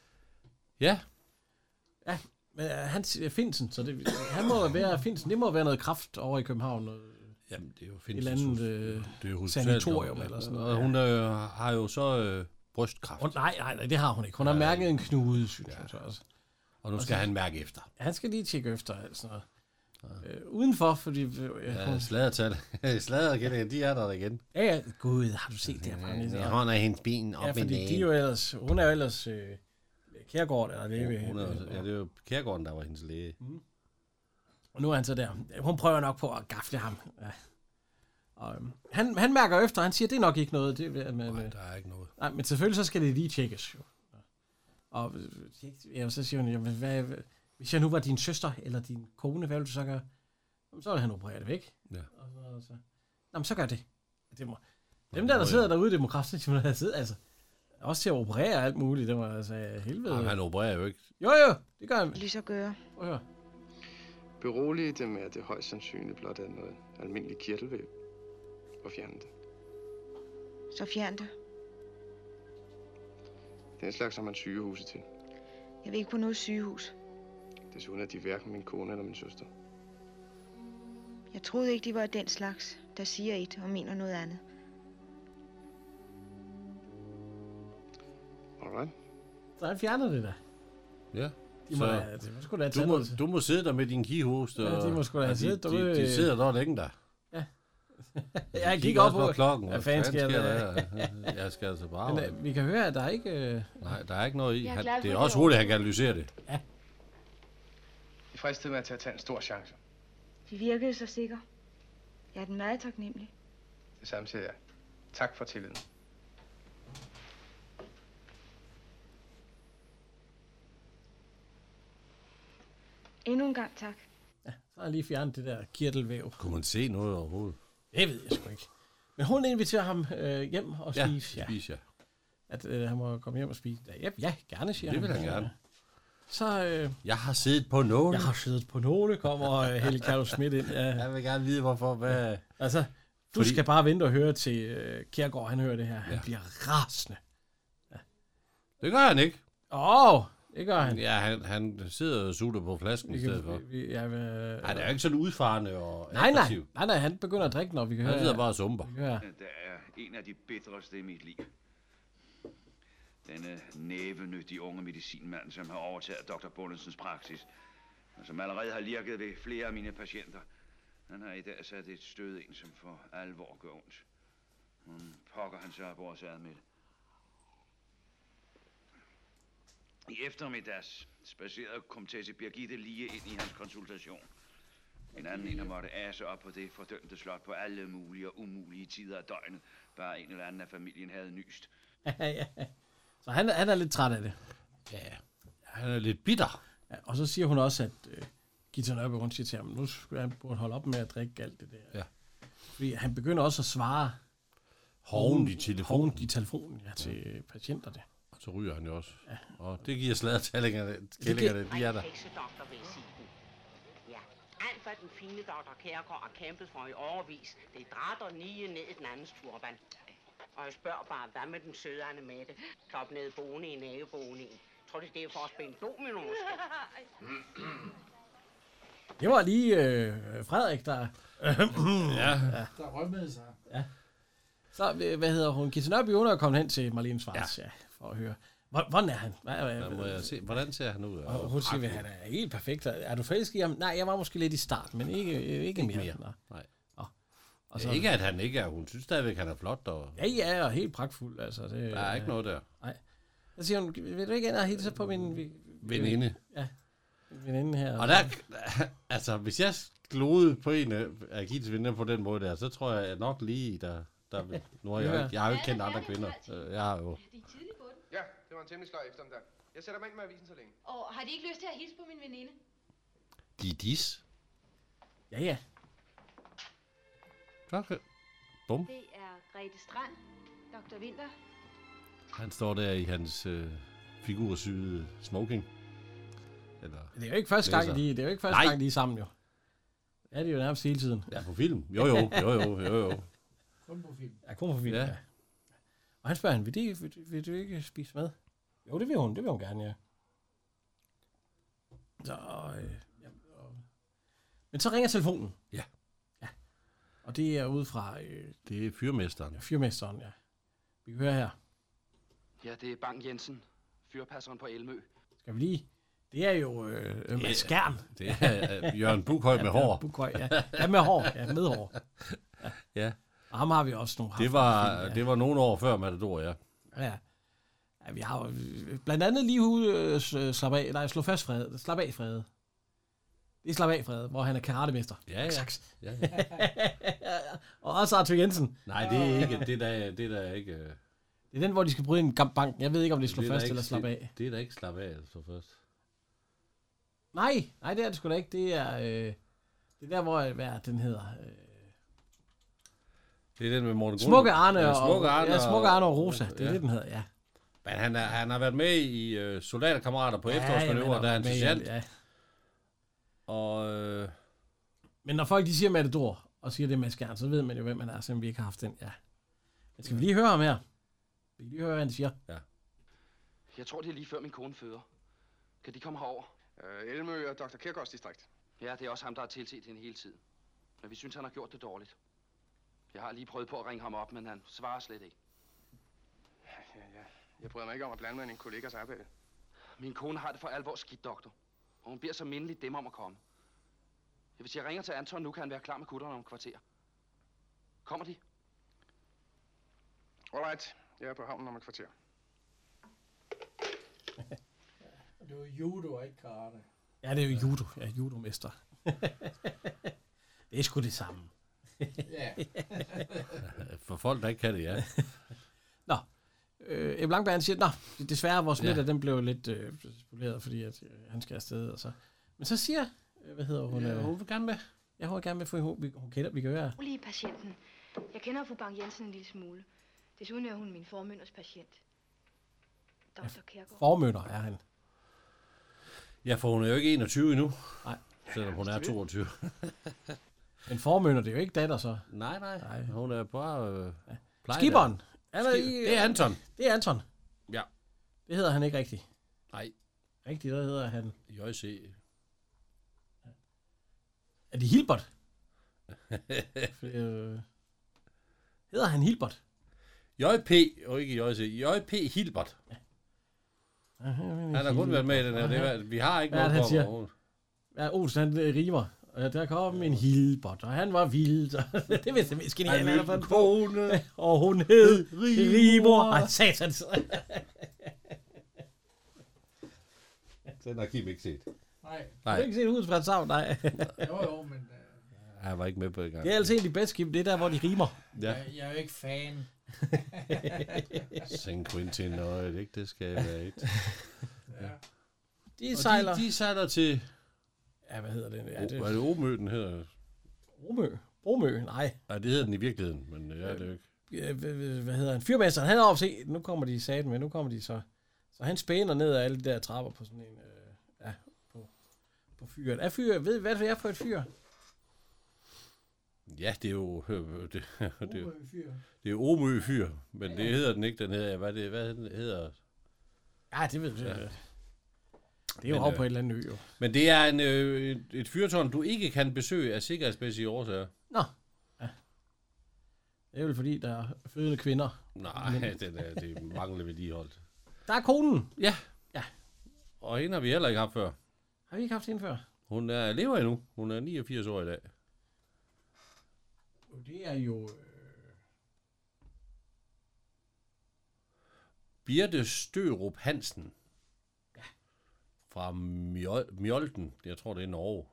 S4: Ja.
S3: Ja, men øh, han siger Finsen, så det, han må være Finsen. Det må være noget kraft over i København. Noget,
S4: Jamen, det er jo
S3: et
S4: Finsens
S3: eller andet
S4: hus-
S3: øh,
S4: det er jo hospitalet,
S3: sanatorium
S4: ja.
S3: eller sådan noget.
S4: Og hun øh, har jo så øh, brystkræft.
S3: Hun, nej, nej, nej, det har hun ikke. Hun har
S4: Ja,
S3: mærket en knude, synes
S4: ja.
S3: hun så også.
S4: Og nu
S3: Og
S4: skal
S3: så-
S4: han mærke efter.
S3: Han skal lige tjekke efter alt sådan noget. Øh, udenfor, fordi... Øh,
S4: Ja,
S3: hun,
S4: sladertal. Slader igen, de er der igen.
S3: ja, ja, gud, har du set det her? Brænde?
S4: Jeg hånder hendes ben op
S3: Ja,
S4: med
S3: fordi de er jo ellers, hun er jo ellers øh, Kjærgaard, eller det ved.
S4: Hun er, ja, det er jo Kjærgaarden, der var hendes læge.
S3: Mm. Og nu er han så der. Hun prøver nok på at gafle ham. Ja. Og, øhm, han, han mærker efter, han siger, det er nok ikke noget. Det, men,
S4: Nej,
S3: øh,
S4: der er ikke noget.
S3: nej, men selvfølgelig så skal det lige tjekkes. Jo. Og øh, ja, så siger hun, jamen, hvad, hvis jeg nu var din søster eller din kone, hvad ville du så gøre? Jamen, så vil han operere det væk.
S4: Ja.
S3: Og så, og så, jamen, så gør det. det må, dem der, der sidder derude i demokratiet, de må da sidde, altså, også til at operere og alt muligt, det var altså helvede.
S4: Jamen, han opererer jo ikke.
S3: Jo, jo, det gør han.
S14: Lige så gøre.
S3: Prøv at høre.
S9: Berolige dem med, at det højst sandsynligt blot er noget almindelig kirtelvæv, og fjerne det.
S14: Så fjern det.
S9: Den slags har man sygehuse til.
S14: Jeg vil ikke på noget sygehus.
S9: Desuden er de hverken min kone eller min søster.
S14: Jeg troede ikke, de var den slags, der siger et og mener noget andet.
S9: Alright.
S3: Så han fjerner det der.
S4: Ja.
S3: De må, da, de må sgu da
S4: du, må, du må sidde der med din kihost.
S3: Ja, de må sgu da have siddet
S4: derude. De, de sidder der længe der.
S3: Ja. Jeg kigger op på
S4: klokken.
S3: Hvad fanden sker der?
S4: der? Jeg skal altså bare...
S3: Men uh, vi kan høre, at der er ikke... Uh...
S4: Nej, der er ikke noget i. Han,
S8: er
S4: det er også hurtigt, han kan analysere det.
S3: Ja.
S9: I fristede med at tage, tage en stor chance.
S14: De virkede så sikre. Jeg er den meget taknemmelig.
S9: Det samme siger jeg. Tak for tilliden.
S14: Endnu en gang tak.
S3: Ja, så har jeg lige fjernet det der kirtelvæv.
S4: Kunne man se noget overhovedet?
S3: Det ved jeg sgu ikke. Men hun inviterer ham øh, hjem og
S4: ja,
S3: spise. Ja,
S4: spise, ja.
S3: At øh, han må komme hjem og spise. Ja, ja gerne, siger
S4: det
S3: han.
S4: Det vil han gerne.
S3: Så, øh,
S4: jeg har siddet på nåle.
S3: Jeg har siddet på nåle, kommer øh, Helle Carlo Schmidt ind. Ja.
S4: Jeg vil gerne vide, hvorfor. Hvad...
S3: Ja. Altså, du Fordi... skal bare vente og høre til øh, Kjærgaard, han hører det her. Han ja. bliver rasende. Ja.
S4: Det gør han ikke.
S3: Åh, oh, det gør han.
S4: Ja, han, han sidder og sutter på flasken i stedet for.
S3: Vi, ja, vi, øh,
S4: han er ikke sådan udfarende og
S3: nej, nej, nej, nej, han begynder at drikke, når vi kan
S4: han
S3: høre.
S4: Han sidder bare og sumper.
S12: Ja. Der er en af de bitreste i mit liv. Denne nævenyttige unge medicinmand, som har overtaget doktor Bundesens praksis, og som allerede har lirket ved flere af mine patienter. Han har i dag sat et stød ind, som for alvor gør ondt. Hun pokker han så af vores admiddel. I eftermiddags spacerede komtesse Birgitte lige ind i hans konsultation. En anden en, der måtte ase op på det fordømte slot på alle mulige og umulige tider af døgnet. Bare en eller anden af familien havde nyst.
S3: Så han, han er lidt træt af det.
S4: Ja, han er lidt bitter.
S3: Ja, og så siger hun også, at øh, Gita Nørby, hun siger til ham, nu skulle han burde holde op med at drikke alt det der.
S4: Ja.
S3: Fordi han begynder også at svare
S4: hoven i telefonen.
S3: Hoven i telefonen, ja, til ja. patienterne.
S4: Og så ryger han jo også. Ja. Og det giver sladdertællingerne, kællingerne, de er der.
S6: Ja, alt hvad den fine doktor Kjærgaard har kæmpet for i overvis, det drætter nije ned i den andens turban. Og jeg spørger bare, hvad med den søde Anne Mette? Klop ned boende i naveboningen. Tror du, det er for at spille domino måske?
S3: Det var lige øh, Frederik, der...
S4: ja.
S7: ja. Der rømmede sig.
S3: Ja. Så, hvad hedder hun? Gita Nørby, hun er kommet hen til Marlene Schwarz, ja. Ja, for at høre. Hvordan er han? Hvad, hvad,
S4: ja, må jeg se, hvordan ser han ud?
S3: Og hun siger, at han er helt perfekt. Er du forelsket i ham? Nej, jeg var måske lidt i start, men ikke, ikke, ikke mere. mere.
S4: Nej.
S3: Og
S4: så, ja, ikke at han ikke er, hun synes stadigvæk, han er flot. Og...
S3: Ja, ja, og helt pragtfuld. Altså, det,
S4: der er ikke noget der.
S3: Nej. Så siger hun, vil du ikke ind og hilse på min... Vi,
S4: veninde.
S3: Ja, veninde her.
S4: Og der, altså, hvis jeg glodede på en af Gittes veninder på den måde der, så tror jeg nok lige, der... der nu har jeg, jeg, jeg har jo ikke kendt andre kvinder. Jeg har jo...
S9: Ja, det var en temmelig sløj eftermiddag. Jeg sætter mig ind med avisen så længe.
S5: Og har de ikke lyst til at hilse på min veninde?
S4: Didis?
S3: Ja, ja.
S4: Okay. Bum.
S8: Det er Grete Strand, doktor Winter.
S4: Han står der i hans øh, figursyede smoking. Eller
S3: det er jo ikke første gang, de, det er jo ikke første gang, de er sammen, jo. Ja, det er jo nærmest hele tiden.
S4: Ja, på film. Jo, jo, jo, jo, jo, jo.
S7: Kun på film.
S3: Ja, kun på film, ja. ja. Og han spørger, vil, de, vil, vil du ikke spise mad? Jo, det vil hun, det vil hun gerne, ja. Så, øh, ja og... Men så ringer telefonen.
S4: Ja.
S3: Ja. Og det er ude fra... Øh,
S4: det er fyrmesteren.
S3: Ja, fyrmesteren, ja. Vi kan høre her.
S15: Ja, det er Bang Jensen, fyrpasseren på Elmø.
S3: Skal vi lige... Det er jo øh, øh, Mads Skjern.
S4: Det er øh, Jørgen Bukhøj med hår.
S3: Ja, Bukhøj, ja. Ja, med hår. Ja, med hår.
S4: Ja. ja.
S3: Og ham har vi også nogle.
S4: Det var, film, ja. det var nogle år før Matador, ja.
S3: Ja. Ja, vi har jo blandt andet lige ude øh, slap af, nej, slå fast Frede, slap af Frede. Det er slap af Frede, hvor han er karatemester.
S4: Ja, ja. ja,
S3: ja. Og også Arthur Jensen.
S4: Nej, det er ikke, det der, det der er ikke...
S3: Det er den, hvor de skal bryde en bank. Jeg ved ikke, om det er slå fast
S4: ikke,
S3: eller slap af.
S4: Det, det er da ikke slap af eller slå fast.
S3: Nej, nej, det er det sgu da ikke. Det er, øh, det er der, hvor hvad den hedder. Øh,
S4: det er den med Morten
S3: Smukke Arne og,
S4: ja, Smukke Arne,
S3: ja, Smukke Arne og Rosa. Det er
S4: ja.
S3: det, den hedder, ja.
S4: Men han, er, han har været med i øh, Soldaterkammerater på ja, efterårsmanøvrer, der er han sergeant. Ja. Og... Øh,
S3: Men når folk de siger Matador, og siger det med Skjern, så ved man jo, hvem man er, selvom vi ikke har haft den. Ja. Men skal vi lige høre ham her? Vi kan lige høre, hvad han siger.
S4: Ja.
S15: Jeg tror, det er lige før min kone føder. Kan de komme herover?
S9: Øh, Elmø og doktor Kærgaards distrikt.
S15: Ja, det er også ham, der har tilset hende hele tiden. Men vi synes, han har gjort det dårligt. Jeg har lige prøvet på at ringe ham op, men han svarer slet ikke.
S9: Ja, ja. Jeg bryder mig ikke om at blande mig i en kollegas arbejde.
S15: Min kone har det for alvor skidt, doktor. Og hun beder så mindeligt dem om at komme. Hvis jeg ringer til Anton nu, kan han være klar med kutterne om et kvarter. Kommer de?
S9: Alright, jeg er på havnen om et kvarter.
S7: Det var judo og ikke karate.
S3: Ja, det er jo judo. Ja, judomester. Det er sgu det samme.
S7: Ja.
S4: For folk, der ikke kan det, ja.
S3: Nå. Øh, Ebbe Langberg, han siger, nå, desværre vores middag, ja. den blev lidt øh, spoleret, fordi at, øh, han skal afsted. Og så. Men så siger, øh, hvad hedder hun?
S4: Ja,
S3: øh,
S4: hun vil gerne med.
S3: Ja, hun vil gerne med, for hun, hun kender, vi kan høre.
S11: Lige patienten. Jeg kender fru Bang Jensen en lille smule. Desuden er hun min formynders patient. doktor Kærgaard.
S3: Formynder er han.
S4: Ja, for hun er jo ikke enogtyve endnu.
S3: Nej.
S4: Selvom hun er toogtyve.
S3: En formynder, det er jo ikke datter, så.
S4: Nej, nej. nej. Hun er bare... Øh,
S3: ja. Skiberen.
S4: Skib- det er Anton.
S3: Det er Anton.
S4: Ja.
S3: Det hedder han ikke rigtigt.
S4: Nej.
S3: Rigtigt, der hedder han...
S4: J C.
S3: Er det Hilbert? For, øh... Hedder han Hilbert?
S4: J P, og ikke J C. J P Hilbert. Ja. Han har kun været med i den her. Det er, vi har ikke
S3: noget
S4: han
S3: siger. Ja, Olsen, han øh, rimer. Og der kom en Hilbert, og han var vild. Det vidste jeg måske ikke.
S4: Han havde en kone.
S3: Og hun hed Rimor. Ej, satans.
S4: Den har Kim ikke set.
S7: Nej.
S3: Du har ikke set ud fra et savn, nej.
S7: Jo, jo, men... Uh...
S4: Jeg var ikke med på det gang.
S3: Det er altså en af de bedste Kim, det er der, hvor de rimer.
S7: Ja. Jeg, jeg er jo ikke fan.
S4: Saint Quentin, og ikke, det skal jeg være ikke.
S7: Ja.
S3: De sejler...
S4: De, de sejler til...
S3: Ja, hvad hedder det? Ja,
S4: det... Hvad er det Omø, den hedder?
S3: Omø? Bromø? Nej.
S4: Nej, det hedder den i virkeligheden, men ja, det er jo ikke.
S3: Hvad hedder han? Fyrmesteren, han er oppe se. Nu kommer de sat med, nu kommer de så. Så han spænder ned af alle de der trapper på sådan en... Øh, ja, på, på fyret. Er fyr, ved I, hvad det er for et fyr?
S4: Ja, det er jo... Det, det, det,
S7: Omø fyr.
S4: Det er Omø fyr, men ja. Det hedder den ikke, den hedder... Hvad, det, hvad den hedder...
S3: Ja, det ved jeg. Ja. Det er jo over på et eller andet ø, jo.
S4: Men det er en, øh, et, et fyrtårn, du ikke kan besøge af sikkerhedsmæssige årsager.
S3: Nå. Ja. Det er vel fordi, der er fødende kvinder.
S4: Nej, den er, det er manglende vedligeholdt.
S3: Der er konen.
S4: Ja.
S3: Ja.
S4: Og hende har vi heller ikke haft før.
S3: Har vi ikke haft hende før?
S4: Hun er, lever endnu. Hun er niogfirs år i dag.
S3: Det er jo... Øh...
S4: Birte Størup Hansen. Fra Mjol- Mjolden. Jeg tror, det er Norge.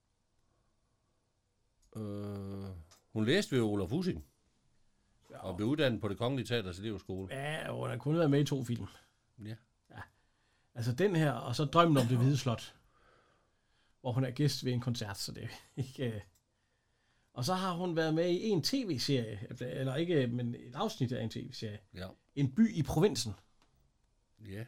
S4: Øh, hun læste ved Olaf Hussing. Ja. Og blev uddannet på Det Kongelige Teaters elevskole.
S3: Ja, og hun har kun været med i to film.
S4: Ja.
S3: Ja. Altså den her, og så Drømmen om det hvide slot. Hvor hun er gæst ved en koncert, så det er ikke... Og så har hun været med i en tv-serie. Eller ikke, men et afsnit af en tv-serie.
S4: Ja.
S3: En by i provinsen.
S4: Ja.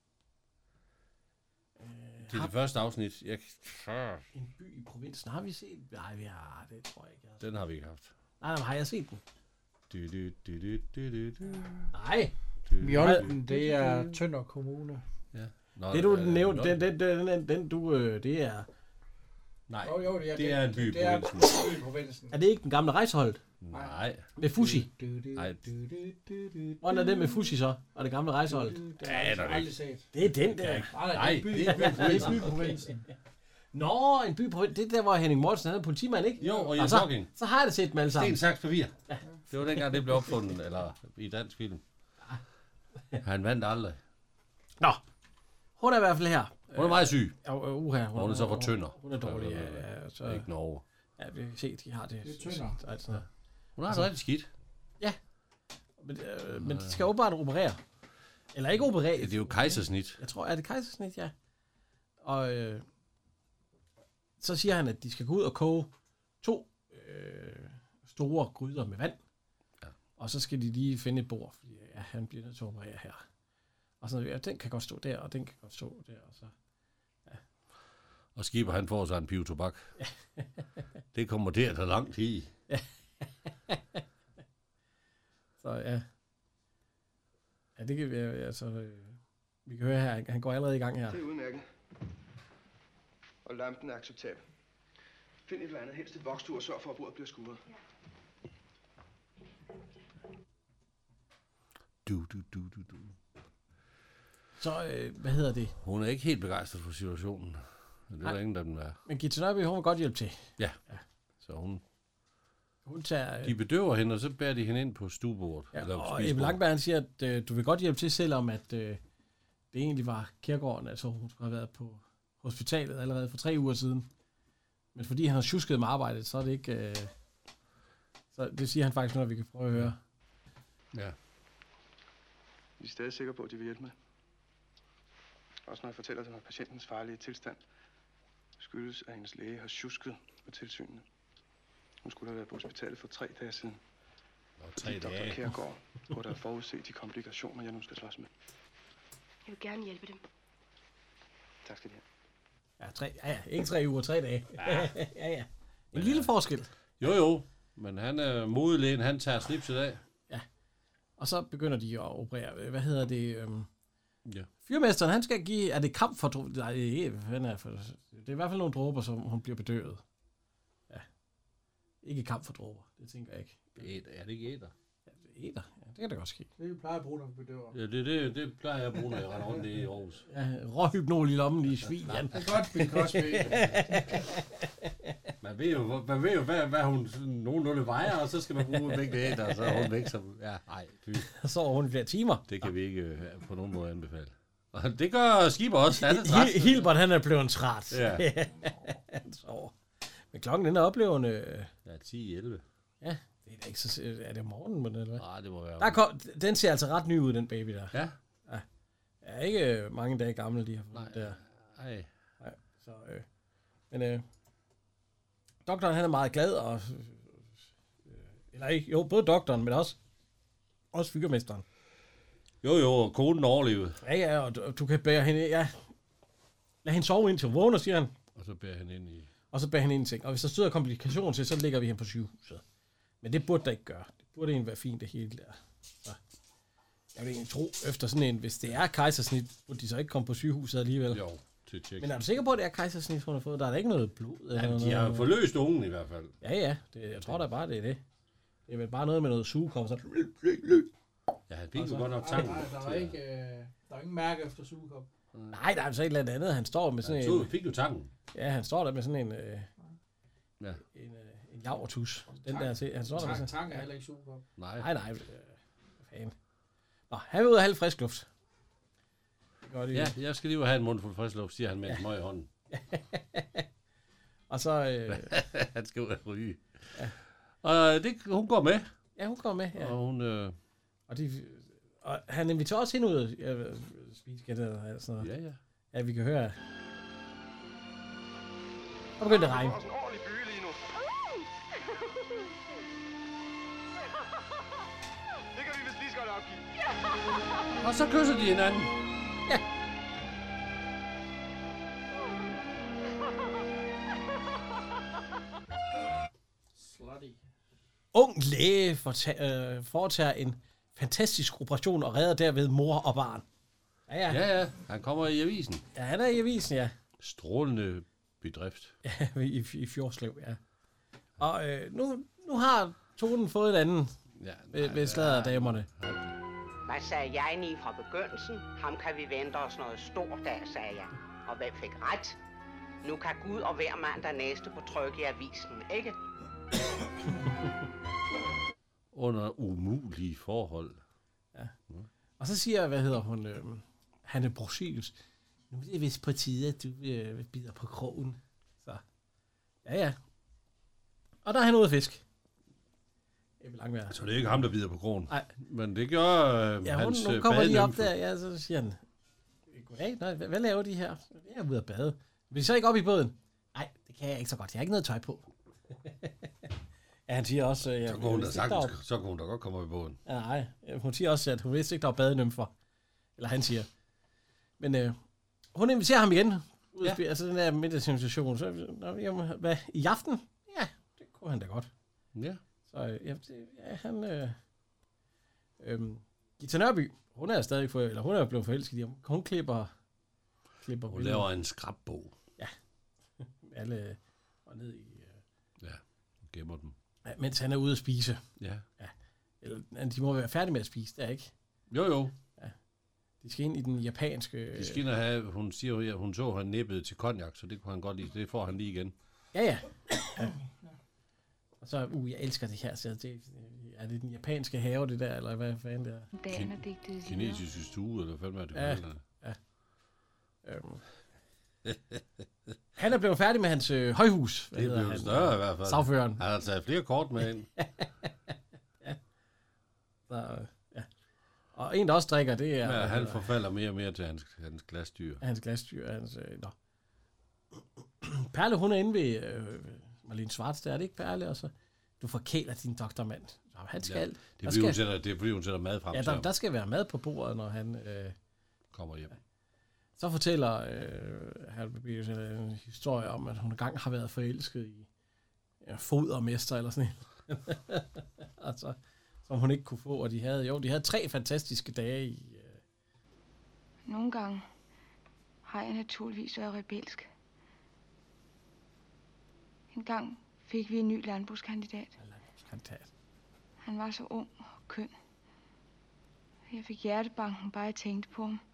S4: Til det første afsnit. Jeg...
S3: En by i provinsen. Har vi set? Nej, vi har det, tror jeg ikke. Altså.
S4: Den har vi ikke haft.
S3: Nej, nej, har jeg set den?
S4: Du, du, du, du, du, du.
S3: Nej.
S7: Mjolden, det er Tønder Kommune.
S4: Ja. Nå,
S3: det du nævnte, den, den, den, den, den du, øh, det er...
S4: Nej,
S7: jo, jo, det er,
S4: det er en by i
S7: det er
S4: provinsen.
S7: en by i provinsen.
S3: Er det ikke den gamle rejseholdet?
S4: Nej.
S3: Med Fushi?
S4: Nej.
S3: Hvordan er det med Fushi så? Og det gamle rejseholdet?
S7: Det har jeg aldrig set.
S3: Det er den der.
S7: Nej, det er en by i provinsen.
S3: Nå, en by i provinsen. Det er der, hvor Henning Mortensen er politimand, ikke?
S4: Jo, og
S3: og så, så har jeg det set dem alle sammen.
S4: Sten, saks, papir. Ja. Det var dengang, det blev opfundet, eller i dansk film. Han vandt aldrig.
S3: Nå, hun er i hvert fald her.
S4: Hun er meget syg.
S3: Uh, uh, uh,
S4: hun, hun er så for Tønder.
S3: Hun er dårlig, ja. ja så,
S4: ikke Norge.
S3: Ja, vi kan se, de har det.
S7: Det er Tønder.
S3: Altså,
S4: ja. Hun har altså, det rigtig skidt.
S3: Ja. Men, øh, men de skal åbenbart operere. Eller ikke operere.
S4: Det er jo kejsersnit.
S3: Jeg tror, er det kejsersnit, ja. Og øh, så siger han, at de skal gå ud og koge to øh, store gryder med vand. Ja. Og så skal de lige finde et bord, fordi ja, han bliver nødt til at operere her. Og så ja, den kan godt stå der, og den kan godt stå der, og så... Ja.
S4: Og Skipper, han får sig en pive tobak. Det kommer til at tage lang tid.
S3: Så ja. Ja, det kan vi... Altså, øh, vi kan høre her, han går allerede i gang her.
S9: Det er udmærket. Og lampen er acceptabel. Find et eller andet, helst et vokstur, og sørg for, at bordet bliver skuret. Ja.
S4: Du, du, du, du, du.
S3: Så, øh, hvad hedder det?
S4: Hun er ikke helt begejstret for situationen. Det er der ingen, der den er.
S3: Men Gita Nørby, hun vil godt hjælpe til.
S4: Ja. ja. Så hun...
S3: Hun tager... Øh...
S4: De bedøver hende, og så bærer de hende ind på stuebordet.
S3: Ja,
S4: eller
S3: og Ebbe Langberg, han siger, at øh, du vil godt hjælpe til, selvom at øh, det egentlig var Kjærgaard, altså hun skulle have været på hospitalet allerede for tre uger siden. Men fordi han har tjusket med arbejdet, så er det ikke... Øh... Så det siger han faktisk noget, vi kan prøve at høre.
S4: Ja.
S9: Vi er stadig sikre på, at de vil hjælpe med. Også når jeg fortæller dem, at patientens farlige tilstand skyldes, at hendes læge har tjusket med tilsynene. Hun skulle have været på hospitalet for tre dage siden.
S4: Og tre dage.
S9: doktor Kjærgaard burde have forudset de komplikationer, jeg nu skal slås med.
S11: Jeg vil gerne hjælpe dem.
S9: Tak skal de have.
S3: Ja, tre, ja, ja. Ikke tre uger, tre dage. Ja, ja. ja. En lille
S4: ja.
S3: forskel.
S4: Jo, jo. Men han er modelægen, han tager slipset af.
S3: Ja. Og så begynder de at operere. Hvad hedder det? Øhm...
S4: Ja.
S3: Fyrmesteren, han skal give... Er det kamp for dråber? Nej, det er, for, det er i hvert fald nogle dråber, som hun bliver bedøvet. Ja. Ikke kamp for dråber. Det tænker jeg ikke.
S4: Æder. Er det ikke æder?
S3: Ja, det er æder. Ja, det kan da godt ske.
S7: Det vi plejer at bruge, når vi bedøver.
S4: Ja, det, det, det plejer jeg at bruge, når jeg render rundt i Aarhus.
S3: Ja, råhypnol i lommen i svin, Jan.
S7: Det er godt, Bill Cosby.
S4: Man ved jo, man ved jo hvad, hvad hun nogenlunde vejer, og så skal man bruge begge æder, og så er hun væk som... Ja, nej.
S3: Så er hun flere timer.
S4: Det kan vi ikke uh, på nogen måde anbefale. Og det gør Skipper også. Han er træt.
S3: Hilbert, han er blevet træt.
S4: Ja.
S3: Han sover. Men klokken den er oplevende...
S4: Ja, ti elleve.
S3: Ja, det er da ikke så... Er det om morgenen, eller hvad?
S4: Nej, det må være...
S3: Der kom, den ser altså ret ny ud, den baby der.
S4: Ja.
S3: Ja. Er ikke mange dage gammel, de har fået
S4: Nej.
S3: der.
S4: Nej.
S3: Nej. Så, øh. Men øh, doktoren, han er meget glad, og... Øh, eller ikke, jo, både doktoren, men også, også fyrmesteren.
S4: Jo, jo, og konen overlevede.
S3: Ja, ja, og du, du kan bære hende... Ja. Lad hende sove indtil hun vågner, siger han.
S4: Og så bærer han ind i...
S3: Og så bærer han ind i ting. Og hvis der støder komplikationer til, så ligger vi hen på sygehuset. Men det burde der ikke gøre. Det burde egentlig være fint, det hele der. Så jeg vil egentlig tro, efter sådan en, hvis det er kejsersnit, burde de så ikke komme på sygehuset alligevel.
S4: Jo, til tjek.
S3: Men er du sikker på, at det er kejsersnit, hun har fået? Der er da ikke noget blod? Eller
S4: Ja, de
S3: noget,
S4: har forløst ungen i hvert fald.
S3: Ja, ja. Det, jeg tror da bare, det er det. Det er vel bare noget med noget sugekom. Så...
S4: Ja, han fik jo godt nok tanken.
S7: Nej, der er ikke, øh, der er ingen mærke efter sugekop.
S3: Nej, der er altså et eller andet. Han står med sådan
S4: ja,
S3: en...
S4: Han fik jo tanken.
S3: Ja, han står der med sådan en... Øh,
S4: ja.
S3: En, øh, en javertus. Den der til. Han står der med sådan...
S7: Tang er heller ikke sugekop.
S4: Nej.
S3: Nej, nej. Øh, fan. Nå, han vil ud og have lidt frisk luft. Det gør det,
S4: ja, jeg skal lige have en mundfuld frisk luft, siger han med en smøg i hånden.
S3: Og så... Øh,
S4: han skal ud og ryge. Ja. Og det, hun går med.
S3: Ja, hun går med, ja.
S4: Og hun... Øh...
S3: Og, de, og han inviterer også hende ud at spise gætter og sådan noget.
S4: Ja, ja.
S3: Ja, vi kan høre. Og begyndte at regne.
S9: Det kan vi vist lige så godt opgive.
S4: Og så kysser de hinanden.
S3: Ja.
S7: Slutty.
S3: Ung læge foretager, øh, foretager en fantastisk operation og redder derved mor og barn. Ja, ja.
S4: Ja, ja. Han kommer i avisen.
S3: Ja, han er i avisen, ja.
S4: Strålende bedrift.
S3: Ja, i, i Fjordslev, ja. Og øh, nu, nu har tonen fået en anden
S4: ja,
S3: ved, ved sladerdamerne.
S6: Hvad sagde jeg lige fra begyndelsen? Ham kan vi vente os noget stort af, sagde jeg. Og hvem fik ret? Nu kan Gud og hver mand der næste på tryk i avisen, ikke?
S4: Under umulige forhold.
S3: Ja. Og så siger, hvad hedder hun, øh, Hanne Brorsilius, nu er det vist på tide, at du øh, bider på krogen. Så, ja, ja. Og der er han ude at fisk.
S4: Så det er ikke ham, der bider på krogen.
S3: Nej.
S4: Men det gør øh,
S3: ja, hun,
S4: hans
S3: hun kommer lige op der, ja, så siger han, goddag, nej, hvad, hvad laver de her? Jeg er ude at bade. Vil I så ikke op i båden? Nej, det kan jeg ikke så godt. Jeg har ikke noget tøj på. Ja, han siger også... Ja,
S4: så kunne hun da sagtens, så kunne hun da godt komme op i båden.
S3: Ja, nej, hun siger også, at hun vidste ikke, der var badenymfer. Eller han siger. Men øh, hun inviterer ham igen. Ud ja. Altså den der middagsinvitation. Så, jamen, hvad, i aften? Ja, det kunne han da godt.
S4: Ja.
S3: Så øh, ja, det, ja, han... Øh, øh, Gita Nørby, hun er stadig for, eller hun er blevet forelsket i ham. Hun klipper... klipper
S4: hun laver en skrabbog.
S3: Ja. alle og ned i...
S4: Ja, gemmer dem.
S3: Ja, mens han er ude at spise.
S4: Ja.
S3: Ja. Eller, de må være færdige med at spise, der ikke?
S4: Jo, jo.
S3: Ja. De skal ind i den japanske...
S4: De skal ind og have, hun siger jo, at hun så, han nippede til cognac, så det kunne han godt lide. Det får han lige igen.
S3: Ja, ja. ja. Og så, uh, jeg elsker det her. Så det, er det den japanske have, det der, eller hvad fanden det er?
S8: Dagen er digtet
S4: Kinesisk stue, eller hvad er det?
S3: Ja, ja. Øhm. Han er blevet færdig med hans øh, højhus.
S4: Det er blevet større i hvert fald.
S3: Sagføreren.
S4: Han har taget flere kort med ind.
S3: ja. Så, ja. Og en, der også drikker, det er...
S4: Ja, han forfalder mere og mere til hans, hans glasdyr.
S3: Hans glasdyr, hans... Øh, nå. Perle, hun er inde ved øh, Marlene Schwartz, der er det ikke, Perle? Og så, du forkæler din doktormand. Så han skal...
S4: Ja, det, er, fordi, hun sætter, det er fordi, hun sætter mad frem
S3: ja,
S4: til
S3: der, der skal være mad på bordet, når han... Øh,
S4: kommer hjem.
S3: Så fortæller øh, Halvby en historie om, at hun engang har været forelsket i ja, fodermester eller sådan noget. altså, som hun ikke kunne få, og de havde, jo, de havde tre fantastiske dage i... Øh...
S11: Nogle gange har jeg naturligvis været rebelsk. En gang fik vi en ny landbrugskandidat.
S3: Landbrugskandidat.
S11: Han var så ung og køn. Jeg fik hjertebanken, bare jeg tænkte på ham.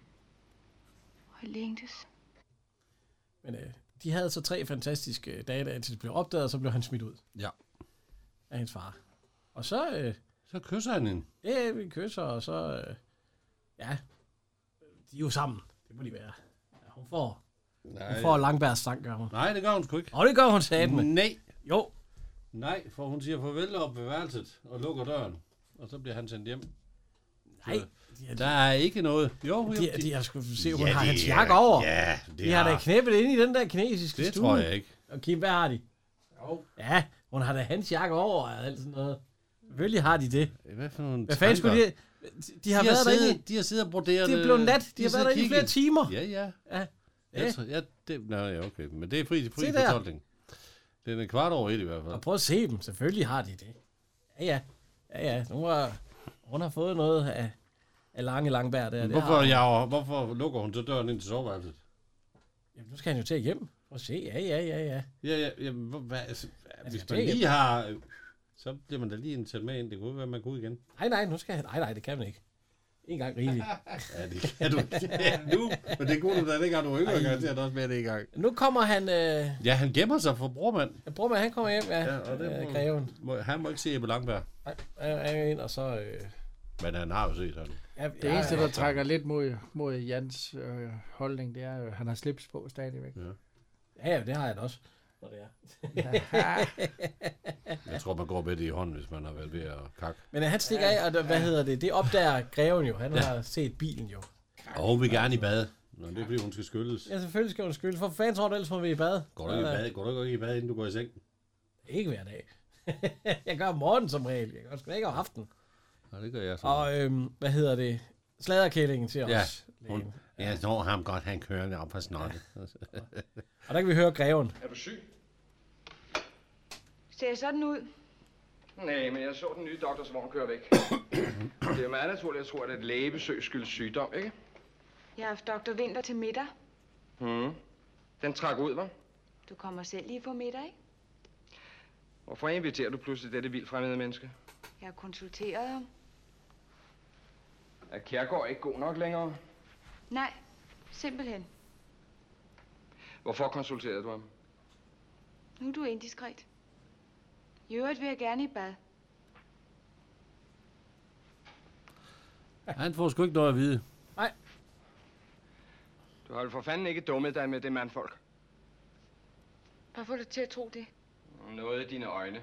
S11: Og jeg længtes.
S3: Men øh, de havde så tre fantastiske dage, da det blev opdaget, og så blev han smidt ud.
S4: Ja.
S3: Af hendes far. Og så... Øh,
S4: så kysser han hende.
S3: Ja, vi kysser, og så... Øh, ja, de er jo sammen. Det må de være. Ja, hun får...
S4: Nej.
S3: Hun får Langbergs sang, gør hun.
S4: Nej, det gør hun sgu ikke.
S3: Og det gør hun satme.
S4: Nej.
S3: Jo.
S4: Nej, for hun siger farvel op ved værelset og lukker døren. Og så bliver han sendt hjem.
S3: Nej.
S4: De, der er ikke noget. Jo,
S3: de, de har sgu se, hun
S4: ja,
S3: har
S4: de,
S3: hans jakke over.
S4: Ja,
S3: de har da knæppet ind i den der kinesiske
S4: det
S3: stue.
S4: Det tror jeg ikke.
S3: Og Kim, hvad har de? Jo. Ja, hun har da hans jakke over og alt sådan noget. Selvfølgelig har de det.
S4: Hvad for nogle
S3: Hvad fanden skulle de... De, de har
S4: de
S3: været
S4: har siddet,
S3: derinde.
S4: De har siddet og broderet...
S3: Det er blevet nat. De,
S4: de
S3: har været derinde i flere timer.
S4: Ja, ja.
S3: Ja.
S4: Jeg tror, ja, det, nej, ja, okay. Men det er fri, fri fortolkning. Det er en kvart over et i hvert fald.
S3: Og prøv at se dem. Selvfølgelig har de det. Ja, ja. Ja, ja. Nu har, hun har fået noget af, af Lange Langberg der.
S4: Hvorfor, jeg, hvorfor lukker hun så døren ind til soveværelset?
S3: Jamen, nu skal han jo til at hjem. Prøv at se. Ja, ja, ja, ja.
S4: Ja, ja. Jamen, hvad, altså, hvis
S3: skal
S4: man
S3: hjem.
S4: lige har... Så bliver man da lige indtalt med ind. Det kunne være, man kunne igen.
S3: Nej, nej, nu skal han... Nej, nej, det kan man ikke. En gang rigeligt.
S4: Ja, det kan du ja, nu. Men det kunne du da ikke, har du yngre garanteret også med det i gang.
S3: Nu kommer han... Øh...
S4: Ja, han gemmer sig for brormand.
S3: Ja, brormand, han kommer hjem, ja.
S4: Ja, og det
S3: øh,
S4: må,
S3: Greven.
S4: må, han må ikke se Ebbe Langberg.
S3: Nej, han er ind, og så... Øh...
S4: Men han har jo set ham.
S1: Ja, det ja, eneste, der trækker lidt mod, mod Jans øh, holdning, det er jo, at han har slips på stadigvæk.
S4: Ja.
S3: Ja, ja, det har jeg da også. Når det er.
S4: Jeg tror, man går med det i hånden, hvis man har været ved at kakke.
S3: Men han stikker af, og der, hvad hedder det? Det opdager Greven jo. Han ja. har set bilen jo.
S4: Og hun vil gerne i bad. Nå, det er fordi, hun skal skyldes.
S3: Ja, selvfølgelig skal hun skyldes. For fanden tror du ellers, hun vil i bad?
S4: Går du ikke i bad, går du ikke i bad, inden du går i seng?
S3: Ikke hver dag. Jeg gør om morgenen som regel. Jeg gør sgu ikke om aftenen.
S4: Nej, det gør jeg så.
S3: Og øhm, hvad hedder det? Sladerkællingen til
S4: ja,
S3: os.
S4: Hun, ja. Jeg tror ham godt, han kører op på snottet.
S3: Ja. Og der kan vi høre Greven.
S15: Er du syg?
S11: Ser jeg sådan ud?
S15: Nej, men jeg så den nye doktors vogn køre væk. Det er jo meget naturligt, at jeg tror, at et lægebesøg skyldes sygdom, ikke?
S11: Jeg har haft doktor Winter til middag.
S15: Hmm. Den trak ud, hva'?
S11: Du kommer selv lige på middag, ikke?
S15: Hvorfor inviterer du pludselig dette vildt fremmede menneske?
S11: Jeg har konsulteret ham.
S15: Er Kjærgaard ikke god nok længere?
S11: Nej, simpelthen.
S15: Hvorfor konsulterede du ham?
S11: Nu er du indiskret. I øvrigt vil jeg gerne i bad.
S4: Han får sgu ikke noget at vide.
S3: Nej.
S15: Du har vel for fanden ikke dummet dig med det mandfolk.
S11: Hvad får du til at tro det?
S15: Noget i dine øjne.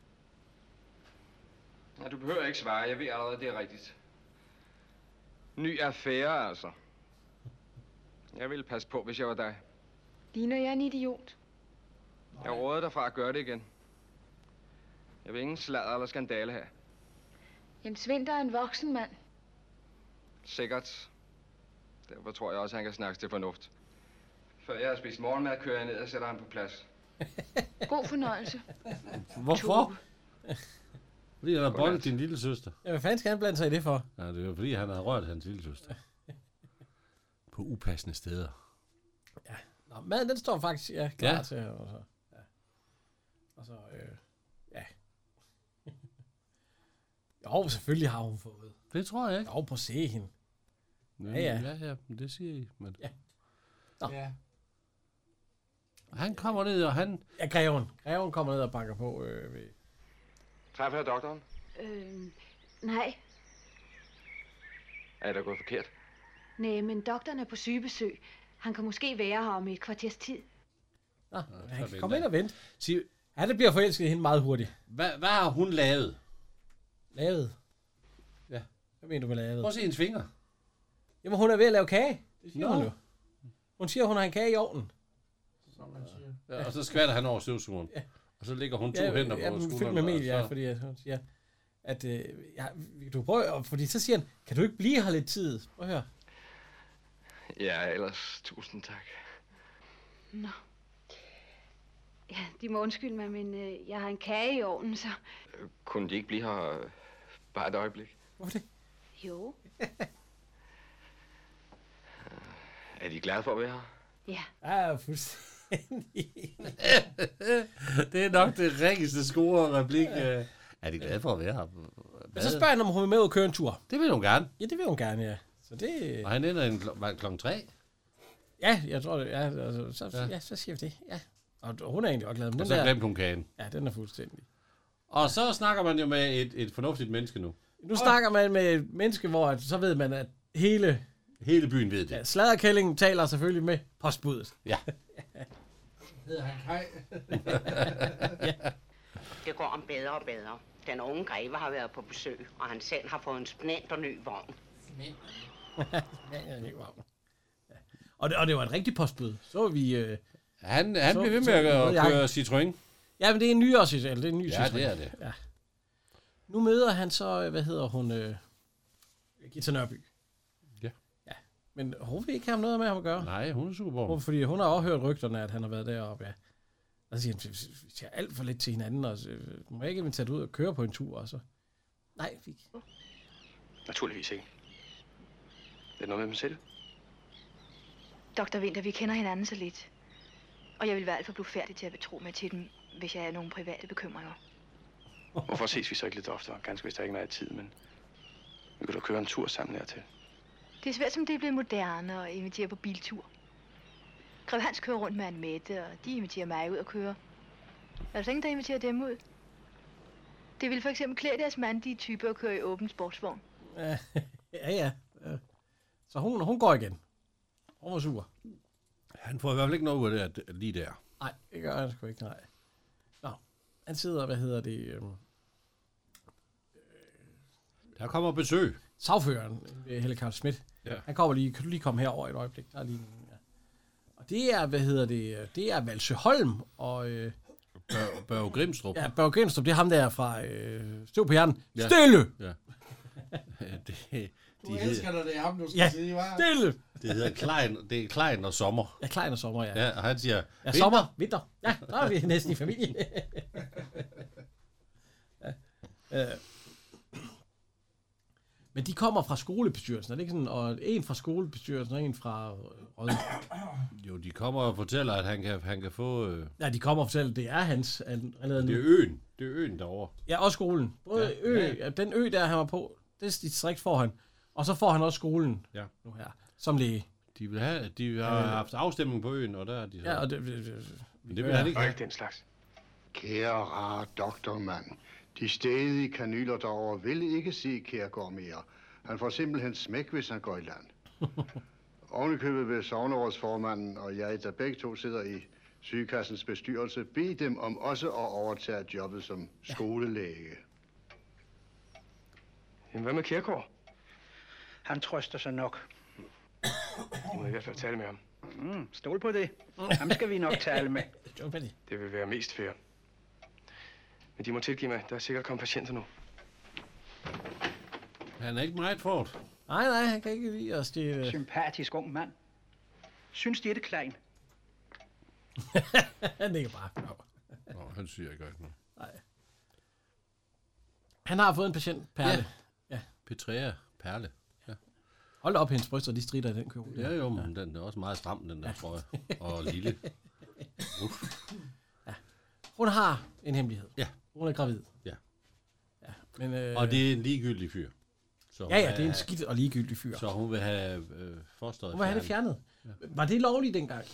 S15: Ja, du behøver ikke svare. Jeg ved allerede, det er rigtigt. Ny affære, altså. Jeg ville passe på, hvis jeg var dig.
S11: Ligner jeg en idiot?
S15: Jeg råder dig fra at gøre det igen. Jeg vil ingen sladder eller skandale her.
S11: Jens Winter er en voksen mand.
S15: Sikkert. Derfor tror jeg også, at han kan snakke til fornuft. Før jeg har spist morgenmad, kører jeg ned og sætter ham på plads.
S11: God fornøjelse.
S4: Hvorfor? Fordi han har boldet din lille søster.
S3: Ja, hvad fanden skal han blande sig i det for?
S4: Ja, det er jo fordi, han har rørt hans lille søster. På upassende steder.
S3: Ja, Nå, maden, den står faktisk ja, klar
S4: Ja.
S3: til. Og så, ja. Og så øh, ja. Jo, selvfølgelig har hun fået.
S4: Det tror jeg ikke.
S3: Jo, på at se hende.
S4: Ja,
S3: Ja, ja.
S4: ja, ja, men det siger I. Men...
S3: Ja. Nå.
S1: Ja.
S4: Han kommer ned, og han...
S3: Ja, greven. Greven kommer ned og banker på. Øh, ved...
S9: Træffer jeg doktoren?
S8: Øh, nej.
S9: Er det gået forkert?
S8: Nej, men doktoren er på sygebesøg. Han kan måske være her om et kvarters tid.
S3: Nå, han kan komme ind og vente. Sig, ja, det bliver forelsket i hende meget hurtigt.
S4: Hvad, hvad har hun lavet?
S3: Lavet?
S4: Ja.
S3: Hvad mener du med lavet?
S4: Prøv at se hendes fingre.
S3: Jamen, hun er ved at lave kage. Det siger
S4: Nå.
S3: hun jo. Hun siger, hun har en kage i ovnen.
S1: Som man siger.
S4: Ja, og så skvatter han over støvsugeren. Ja. Og så ligger hun to
S3: ja,
S4: hænder
S3: ja,
S4: på
S3: fyldt
S4: skulderen.
S3: med mel,
S4: og
S3: ja,
S4: så-
S3: fordi at hun siger, at øh, ja, vil du prøve, og fordi så siger han, kan du ikke blive her lidt tid? Prøv at høre.
S9: Ja, ellers tusind tak.
S8: Nå. Ja, de må undskylde mig, men øh, jeg har en kage i ovnen, så...
S9: Kunne de ikke blive her øh, bare et øjeblik?
S3: Hvorfor det?
S8: Jo.
S9: Er de glade for at være her?
S8: Ja.
S3: Ja, fuldstændig.
S4: Det er nok det ringeste score replik. Ja. Er de glade for at være her?
S3: Men så spørger han, om hun vil med ud og køre en tur.
S4: Det vil hun gerne.
S3: Ja, det vil hun gerne, ja. Så det...
S4: Og han ender en kl- var det klokken tre.
S3: Ja, jeg tror det. Ja, altså, så,
S4: Ja.
S3: ja. ja, så siger vi det. Ja. Og hun er egentlig også glad. Men
S4: Og
S3: den
S4: så
S3: der,
S4: glemte hun kagen.
S3: Ja, den er fuldstændig.
S4: Og så snakker man jo med et, et fornuftigt menneske nu.
S3: Nu snakker man med et menneske, hvor at, så ved man, at hele...
S4: Hele byen ved det.
S3: Ja, sladderkællingen taler selvfølgelig med postbuddet.
S4: Ja.
S1: Hedder han Kaj?
S6: Det går om bedre og bedre. Den unge greve har været på besøg, og han selv har fået en splinter ny vogn.
S3: ja, ja, det var. Ja. Og, det, og det var et rigtigt postbud. Så var vi... Øh,
S4: Han, han
S3: så-
S4: bliver ved med
S3: så-
S4: at, at
S3: jeg-
S4: køre Citroën.
S3: Ja, men det er en nyere Citroën. Det er en ny
S4: Ja,
S3: Citroën.
S4: det er det.
S3: Ja. Nu møder han så, hvad hedder hun, øh, Gita Nørby.
S4: Ja.
S3: Ja. Men hun vil ikke have noget med ham at gøre.
S4: Nej, hun er super.
S3: Hun, fordi hun har også hørt rygterne, at han har været deroppe, ja. Og så siger han, vi ser alt for lidt til hinanden, og så, øh, må jeg ikke invitere dig ud og køre på en tur, og så... Nej, vi...
S9: Naturligvis ikke. Det er noget med dem selv.
S11: doktor Winter, vi kender hinanden så lidt. Og jeg vil være alt for blufærdig til at betro mig til dem, hvis jeg har nogle private bekymringer.
S9: Hvorfor ses vi så ikke lidt oftere? Ganske vist der ikke når jeg har tid, men vi kan da køre en tur sammen hertil.
S11: Det er svært, som det er blevet moderne at invitere på biltur. Grev Hans kører rundt med Annemette, og de inviterer mig ud at køre. Er der så ingen, der inviterer dem ud? Det vil for eksempel klæde deres mandige typer at køre i åben sportsvogn.
S3: ja, ja. ja. Så hun, hun går igen. Hun var sur.
S4: Han får i hvert fald ikke noget ud af det lige der.
S3: Nej, det gør han sgu ikke, nej. Nå, han sidder, hvad hedder det... Øhm,
S4: Der kommer besøg.
S3: Sagføreren, øh, Helle Karl Schmidt.
S4: Ja.
S3: Han kommer lige, kan du lige komme herover et øjeblik? Der er lige en, ja. Og det er, hvad hedder det, øh, det er Valsø Holm og... Øh,
S4: Børge Børge Grimstrup.
S3: ja, Børge Grimstrup, det er ham der fra øh, Støv på hjernen.
S4: Ja.
S3: Stille!
S4: Ja. Ja, det,
S1: Du
S4: de
S1: elsker, når det er ham, du skal
S3: Ja,
S1: sige, hva'?
S3: stille!
S4: Det hedder Klein, det er Klein og Sommer.
S3: Ja, Klein og Sommer, ja.
S4: Ja, og han siger...
S3: Ja,
S4: "Vinter."
S3: sommer, vinter. Ja, der er vi næsten i familie. ja. øh. Men de kommer fra skolebestyrelsen, er det ikke sådan? Og en fra skolebestyrelsen og en fra Rød.
S4: Jo, de kommer og fortæller, at han kan, han kan få... Øh,
S3: Ja, de kommer og fortæller, at det er hans allerede nu.
S4: det er øen. Det er øen derovre.
S3: Ja, også skolen. Både
S4: Ja.
S3: ø,
S4: Ja.
S3: ja. Den ø, der han var på, det distrikt får han. Og så får han også skolen
S4: Ja.
S3: nu her, som læge.
S4: De vil have, de har
S3: Øh.
S4: haft afstemning på øen, og der er de så...
S3: Ja, og det, det, det,
S4: Men det vil han ikke
S9: Og
S4: have.
S9: ikke den slags.
S10: Kære rare doktormand, de stedige kanyler derovre vil ikke se Kjærgaard mere. Han får simpelthen smæk, hvis han går i land. Ovenikøbet vil sognerådsformanden og jeg, der begge to sidder i sygekassens bestyrelse, bede dem om også at overtage jobbet som skolelæge.
S9: Jamen, hvad med Kjærgaard?
S16: Han trøster sig nok.
S9: Vi må i hvert fald tale med ham.
S16: Mm, stol på det. Ham skal vi nok tale med.
S9: Det vil være mest fair. Men de må tilgive mig. Der er sikkert kommet patienter nu.
S4: Han er ikke meget fort.
S3: Nej, nej, han kan ikke lide os. Det...
S16: Sympatisk ung mand. Synes de er det Klein?
S3: han ligger bare.
S4: Nå, han siger ikke noget.
S3: Nej. Han har fået en patient, Perle. Ja.
S4: Petrea Perle. Ja.
S3: Hold op, hendes bryster, de strider i den kjole.
S4: Ja, jo, men den er også meget stram, den der, ja. tror jeg. Og lille. Uff.
S3: Ja. Hun har en hemmelighed.
S4: Ja.
S3: Hun er gravid.
S4: Ja.
S3: Ja. Men, øh,
S4: og det er en ligegyldig fyr. Så
S3: ja, ja, det er en skidt og ligegyldig fyr.
S4: Så hun vil have øh, fosteret
S3: Hun vil have det fjernet. Ja. Var det lovligt dengang?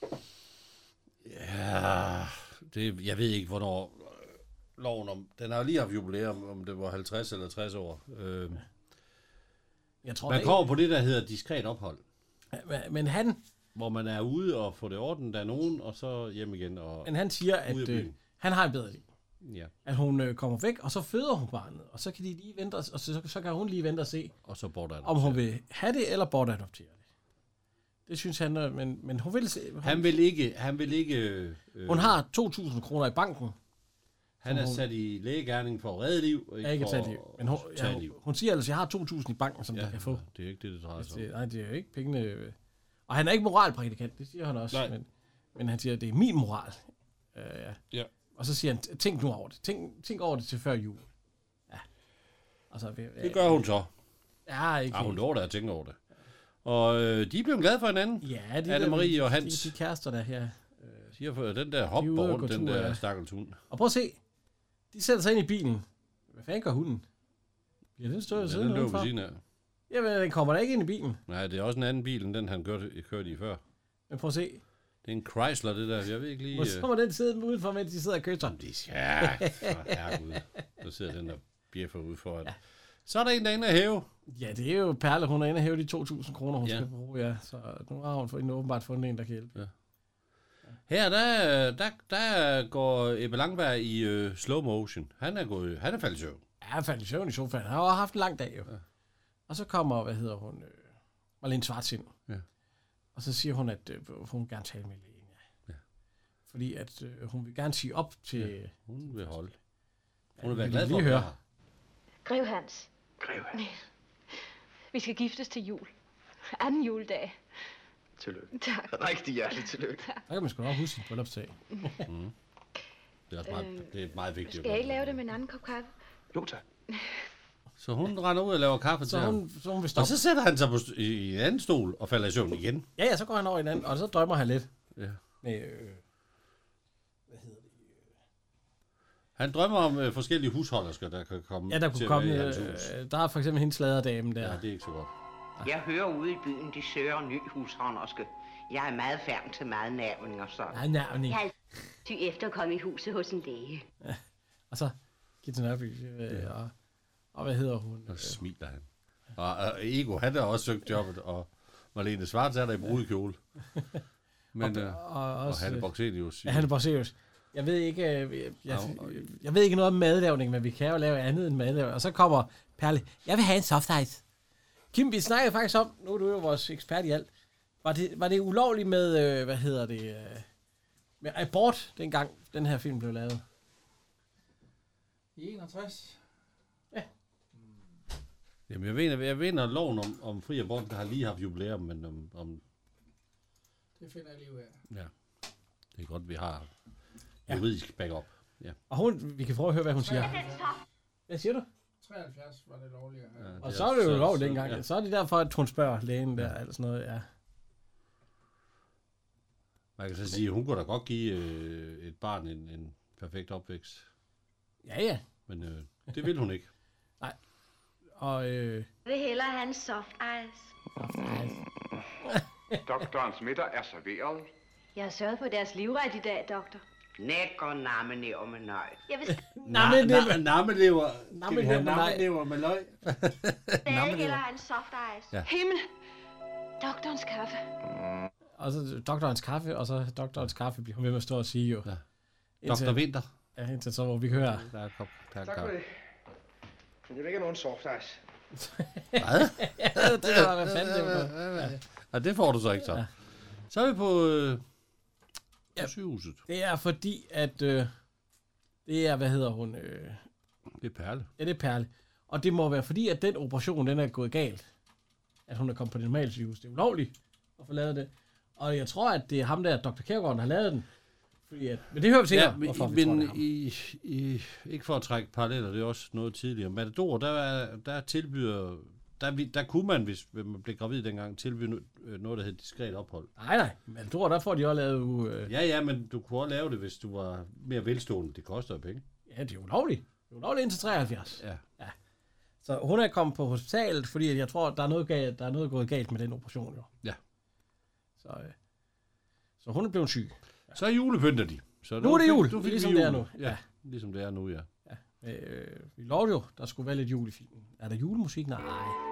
S4: Ja, det, jeg ved ikke, hvornår loven om... Den har jo lige haft jubilæum, om det var halvtreds eller tres år. Øh,
S3: jeg tror,
S4: man
S3: det
S4: kommer
S3: ikke.
S4: på det, der hedder diskret ophold.
S3: Ja, men han...
S4: Hvor man er ude og får det ordnet af nogen, og så hjem igen. Og
S3: men han siger, at øh, han har en bedre liv.
S4: Ja.
S3: At hun øh, kommer væk, og så føder hun barnet. Og så kan de lige vente, og så, så kan hun lige vente og se,
S4: og så
S3: om hun vil have det, eller bortadoptere det. Det synes han, men, men hun vil se... Hun,
S4: han vil ikke... Han, vil ikke øh,
S3: hun har to tusind kroner i banken.
S4: Han er hun, sat i lægegerning for at redde liv, og ikke,
S3: ikke
S4: for
S3: at liv. Men hun,
S4: tage
S3: ja,
S4: liv.
S3: Hun, hun siger altså, at jeg har to tusind i banken, som ja, der kan få.
S4: Det er ikke det, det drejer sig om.
S3: Nej, det er jo ikke pengene... Og han er ikke moralprædikant, det siger han også. Men, men han siger, at det er min moral. Uh, ja.
S4: Ja.
S3: Og så siger han, tænk nu over det. Tænk, tænk over det til før jul. Ja. Altså, vi,
S4: det gør hun så.
S3: Ja, ikke
S4: ja, hun lover da at tænke over det. Og øh, de er blevet glade for hinanden.
S3: Ja, de
S4: Anne-Marie og Hans.
S3: De, de kærester der her.
S4: De har fået den der hop rundt, den der stakkels hund.
S3: Og prøv at se. De sætter sig ind i bilen. Hvad fanden gør hunden? Ja, den står jo siden
S4: udenfor. Den løber ved siden af.
S3: Jamen, den kommer da ikke ind i bilen.
S4: Nej, det er også en anden bil, end den han kørte, kørte i før.
S3: Men prøv at se.
S4: Det er en Chrysler, det der. Jeg ved ikke lige...
S3: Og så må den sidde udenfor, mens de sidder og kysser.
S4: Ja, for herregud. Så sidder den der bjeffer ude foran. Ja. Så er der en, der er inde at hæve.
S3: Ja, det er jo Perle. Hun er inde at hæve de to tusind kroner, hun ja. skal bruge. Ja. Så nu har hun fået, åbenbart fundet en, der kan hjælpe.
S4: Ja. Her, der, der, der går Ebbe Langberg i øh, slow motion. Han er, gået, han er faldet i søvn.
S3: Ja, han er faldet i søvn i sofaen. Han har også haft en lang dag, jo. Ja. Og så kommer, hvad hedder hun, øh, Marlene Svartsind.
S4: Ja.
S3: Og så siger hun, at øh, hun vil gerne tale med lægen. Ja. Ja. Fordi at øh, hun vil gerne sige op til...
S4: Ja, hun vil holde. Hun
S3: ja,
S4: vil være glad for at høre.
S8: Grev Hans.
S9: Grev Hans.
S8: Vi skal giftes til jul. Anden juledag.
S9: Tillykke.
S8: Tak.
S9: Rigtig hjerteligt tillykke.
S3: Der kan man sgu nok huske sin bryllupsdag.
S4: mm. Det er også meget, øh, det er meget vigtigt.
S8: Skal jeg ikke lave det med en anden kop kaffe?
S9: Jo, tak.
S4: Så hun render ud og laver kaffe
S3: så
S4: til
S3: hun,
S4: ham.
S3: Så hun vil stoppe.
S4: Og så sætter han sig på st- i en anden stol og falder i søvn igen.
S3: Ja, ja, så går han over i en anden, og så drømmer han lidt.
S4: Ja.
S3: Med, øh, hvad hedder det?
S4: Han drømmer om øh, forskellige husholdersker, der kan komme
S3: ja, der kunne
S4: til
S3: komme,
S4: at være i hans hus.
S3: Øh, der er for eksempel hendes sladerdame der.
S4: Ja, det er ikke så godt.
S6: Jeg hører ude i byen, de søger en ny husholderske. Jeg er meget færdig til meget navning og sådan.
S3: Nej, navning.
S17: Jeg er ty efter at komme i huset hos en læge.
S3: Ja. Og så Gita Nørby, øh, ja. og, og hvad hedder hun?
S4: Og smiler han. Og, og Ego, han har også søgt jobbet, og Marlene Svarts er der i brudekjole. Men,
S3: og,
S4: øh,
S3: og,
S4: og Hanne Boxelius.
S3: Ja, Hanne Boxelius. Jeg ved ikke, jeg, jeg, jeg ved ikke noget om madlavning, men vi kan jo lave andet end madlavning. Og så kommer Perle, jeg vil have en soft ice. Kim, vi snakkede faktisk om, nu er du jo vores ekspert i alt, var det, var det ulovligt med, øh, hvad hedder det, øh, med abort, dengang den her film blev lavet?
S1: I enogtres?
S3: Ja.
S4: Jamen, jeg ved, jeg ved, at loven om, om fri abort, der har lige haft jubilæum, men om, om...
S1: Det finder jeg lige ud af.
S4: Ja. Det er godt, vi har juridisk ja. backup. Ja.
S3: Og hun, vi kan prøve at høre, hvad hun siger. Hvad siger du?
S1: treoghalvfjerds var det lovligt. Ja,
S3: og så er det jo lovligt dengang. Ja. Så er det derfor, at hun spørger lægen der, ja. eller sådan noget, ja.
S4: Man kan så sige, at hun kunne da godt give øh, et barn en, en perfekt opvækst.
S3: Ja, ja.
S4: Men øh, det vil hun ikke.
S3: Nej. Og øh...
S17: Jeg vil hellere have en soft ice.
S3: Soft ice.
S13: Doktorens middag er serveret.
S17: Jeg har sørget for deres livret i dag, doktor.
S6: Nækker nammelever med løg.
S17: Jeg vil
S4: nammelever. Nammelever.
S3: Nammelever med løg.
S17: Jeg vil hellere have en soft ice.
S8: Ja. Himmel. Doktorens kaffe.
S3: Og så doktorens kaffe, og så doktorens kaffe bliver hun ved med at stå og sige jo. Ja.
S4: Doktor Vinter.
S3: Ja, indtil så, hvor vi kan høre.
S4: Der er kop, der er
S9: tak for det. Men det vil ikke have nogen soft ice.
S4: Hvad?
S3: Ja, det var, hvad fanden det var.
S4: Ja. Ja, det får du så ikke så. Ja. Så er vi på, øh, på ja, sygehuset.
S3: Det er fordi, at øh, det er, hvad hedder hun? Øh,
S4: det er Perle.
S3: Ja, det er Perle. Og det må være fordi, at den operation, den er gået galt. At hun er kommet på det normale sygehus. Det er ulovligt at få lavet det. Og jeg tror, at det er ham der, doktor Kjærgaard, der har lavet den. Fordi at, men det hører vi senere,
S4: ja, men,
S3: hvorfor vi
S4: men
S3: tror, det
S4: i, i, ikke for at trække paralleller, det er også noget tidligere. Matador, der, der tilbyder, der der, der kunne man, hvis man blev gravid dengang, tilbyde noget, der hed diskret ophold.
S3: Nej, nej. Men tror, der får de også lavet... Øh...
S4: Ja, ja, men du kunne også lave det, hvis du var mere velstående. Det koster jo penge.
S3: Ja, det er jo ulovligt. Det er ulovligt indtil treoghalvfjerds.
S4: Ja.
S3: ja. Så hun er kommet på hospitalet, fordi jeg tror, der er noget, galt, der er noget gået galt med den operation, jo.
S4: Ja.
S3: Så, øh... så hun er blevet syg.
S4: Ja. Så julepynter de. Så
S3: nu er det jul,
S4: du fik
S3: ligesom
S4: jul.
S3: det er nu.
S4: Ja, ja, ligesom det er nu, ja.
S3: ja. Øh, vi lovede jo, der skulle være lidt jul i filmen. Er der julemusik? Nej.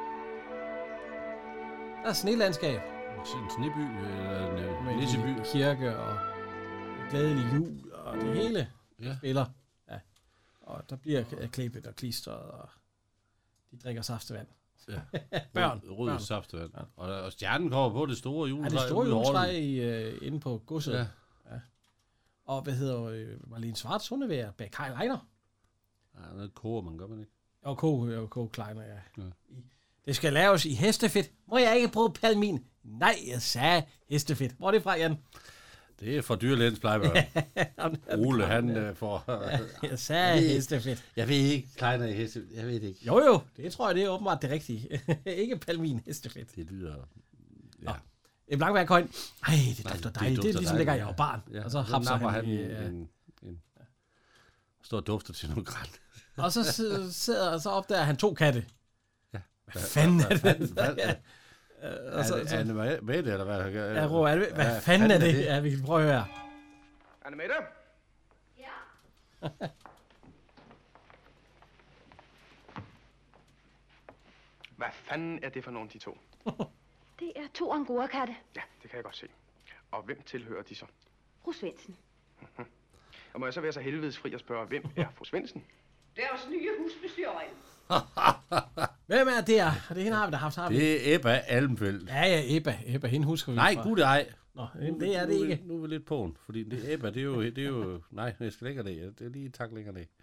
S3: Der er snelandskab.
S4: En sneby, eller en
S3: nisseby. Kirke og glædelig jul og det hele
S4: ja.
S3: spiller. Ja. Og der bliver klippet og klistret, og de drikker saftevand.
S4: Ja.
S3: Børn.
S4: Rød, rød saftevand. Ja. Og, og stjernen kommer på det store juletræ.
S3: Ja, det store juletræ i, uh, inde på godset.
S4: Ja.
S3: Ja. Og hvad hedder uh, Marlene Schwartz, hun er ved at bage Kai Leiner.
S4: Ja, noget koger man, gør man ikke?
S3: Og koge, og koge Kleiner, ja.
S4: ja.
S3: Det skal laves i hestefedt. Må jeg ikke bruge palmin? Nej, jeg sagde hestefedt. Hvor er det fra, Jan?
S4: Det er fra Dyrlægens plejebørn. Ole, han uh, får...
S3: jeg sagde hestefedt.
S4: Jeg ved ikke, Kleiner i hestefedt. Jeg ved det ikke.
S3: Jo, jo. Det tror jeg, det er åbenbart det rigtige. Ikke palmin, hestefedt.
S4: Det lyder...
S3: Ja. En Blankberg Køjen. Ej, det dufter dejligt. Det er ligesom lækker jeg var barn.
S4: Ja.
S3: Og så hapser han,
S4: han
S3: i,
S4: en, ja. en, en... Står og dufter til nogle græn.
S3: Og så sidder og så opdager han to katte.
S4: Ja.
S3: Hvad fanden er det?
S4: Er Anne Mette, eller hvad?
S3: Ja, Ro, er det, hvad fanden er det? Ja, vi kan prøve at høre.
S9: Anne Mette?
S17: Ja?
S9: Hvad fanden er det for nogen, de to?
S17: Det er to angora-katte.
S9: Ja, det kan jeg godt se. Og hvem tilhører de så?
S17: Fru Svendsen.
S9: Mm-hmm. Og må jeg så være så helvedesfri at spørge, hvem er fru Svendsen?
S6: Deres nye husbestyrering.
S3: Hvem er det? Er det hende har vi da haft? Har vi?
S4: Det er Ebba Almfeldt.
S3: Ja, ja, Ebba. Ebba, hende husker vi.
S4: Nej, gud ej.
S3: Nå, det er det ikke.
S4: Nu, nu er vi lidt påen, fordi det Ebba, det er jo... Det er jo nej, jeg skal længere det. Det er lige tak længere det.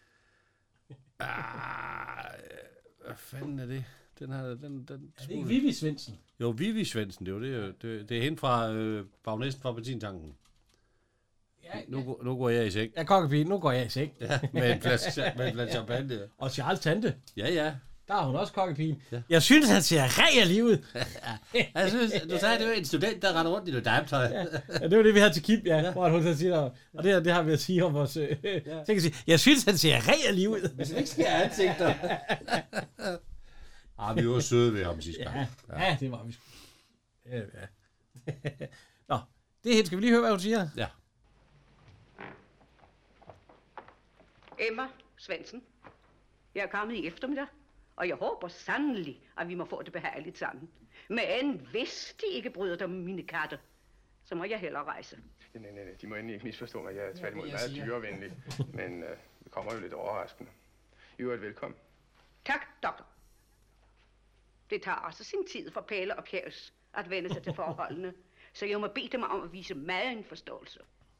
S4: Ah, hvad fanden er det? Den her, den, den...
S3: Er det ikke Vivi Svendsen?
S4: Jo, Vivi Svendsen, det er jo det. Det, det er hende fra øh, bagnæsten fra benzintanken.
S3: Ja,
S4: nu, nu går jeg i seng.
S3: Ja, kokkepige, nu går jeg i seng.
S4: Ja, med en flaske, med en flaske champagne.
S3: Og Charles tante.
S4: Ja, ja.
S3: Der er hun også kokkepigen. Ja. Jeg synes, han ser ræg ud.
S4: Jeg synes, du sagde, det var en student, der render rundt i noget dametøj.
S3: Ja. Ja, det var det, vi havde til Kim, ja. ja. Hvor hun så siger, og det, det har vi at sige om vores... Øh, ja. Så jeg, sige, jeg synes, han ser ræg ud.
S4: Hvis det ikke sker ansigter. Ah, vi var søde ved ham sidste gang.
S3: Ja, ja. ja det var vi sgu. Ja, ja. Nå, det er helt. Skal vi lige høre, hvad hun siger?
S4: Ja.
S6: Emma Svendsen. Jeg er kommet i eftermiddag, og jeg håber sandelig, at vi må få det behageligt sammen. Men hvis de ikke bryder dig med mine katte, så må jeg hellere rejse.
S9: Ja, nej, nej, nej. De må endelig ikke misforstå mig. Jeg er tværtimod meget dyrevenlig. Men øh, det kommer jo lidt overraskende. I øvrigt velkommen.
S6: Tak, doktor. Det tager altså sin tid for Pæle og Pjæs at vende sig til forholdene, så jeg må bede dem om at vise meget en forståelse.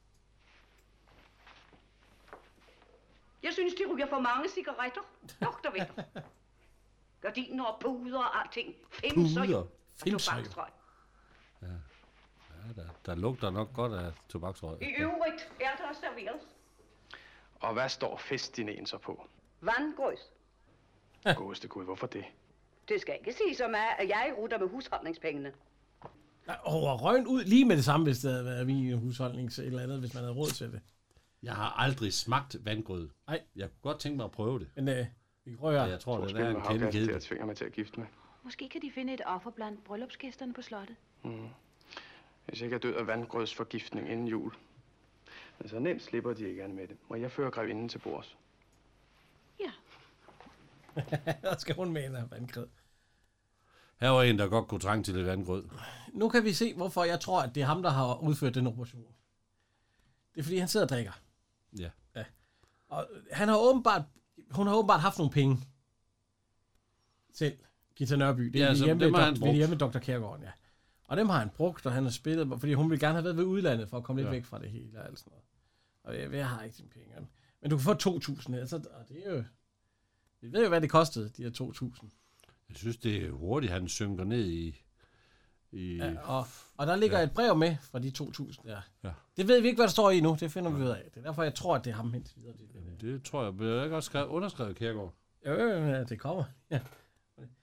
S6: Jeg synes, de ryger for mange cigaretter, doktor Winter. Gardiner og puder og alting. Femser jo.
S4: Femser jo. Ja. Ja, der, der lugter nok godt af tobaksrøg.
S6: I øvrigt er der serveret.
S9: Og hvad står festdineen så på?
S6: Vandgrøs.
S9: Godeste Gud, hvorfor det?
S6: Det skal ikke sige som er, at jeg rutter med husholdningspengene.
S3: Og røgn ud lige med det samme, hvis det havde været min husholdnings eller andet, hvis man havde råd til det.
S4: Jeg har aldrig smagt vandgrød.
S3: Nej.
S4: Jeg kunne godt tænke mig at prøve det.
S3: Men øh, vi kan prøve,
S4: ja. Jeg tror, det er en kende kede.
S9: Jeg tvinger mig til at gifte mig.
S11: Måske kan de finde et offer blandt bryllupsgæsterne på slottet.
S9: Mm. Hvis jeg ikke er død af vandgrødsforgiftning inden jul. Men så nemt slipper de ikke med det. Må jeg føre grevinden til bords?
S11: Ja.
S3: Der skal hun med en af vandgrød.
S4: Her var en, der godt kunne trænge til lidt vandgrød.
S3: Nu kan vi se, hvorfor jeg tror, at det er ham, der har udført den operation. Det er, fordi han sidder og drikker.
S4: Ja.
S3: Ja. Og han har åbenbart, hun har åbenbart haft nogle penge. Selv. Gita Nørby. Det er
S4: ja, så
S3: hjemme,
S4: dem har
S3: dok-
S4: han
S3: hjemme med doktor Kjærgaard, ja. Og dem har han brugt, og han har spillet, fordi hun ville gerne have været ved udlandet, for at komme lidt ja. væk fra det hele og alt sådan noget. Og jeg, jeg har ikke dine penge. Men du kan få to tusind, altså, og det er jo... Vi ved jo, hvad det kostede, de her to tusind.
S4: Jeg synes, det er hurtigt, han synker ned i... i...
S3: Ja, og, og der ligger ja. et brev med fra de to tusind, ja.
S4: ja.
S3: Det ved vi ikke, hvad der står i nu, det finder vi ud af. Det er derfor, jeg tror, at det er ham hen videre. Det,
S4: det, det tror jeg. Bliver ikke også skrevet, underskrevet Kjærgaard?
S3: Jo, jo, ja, det kommer. Ja.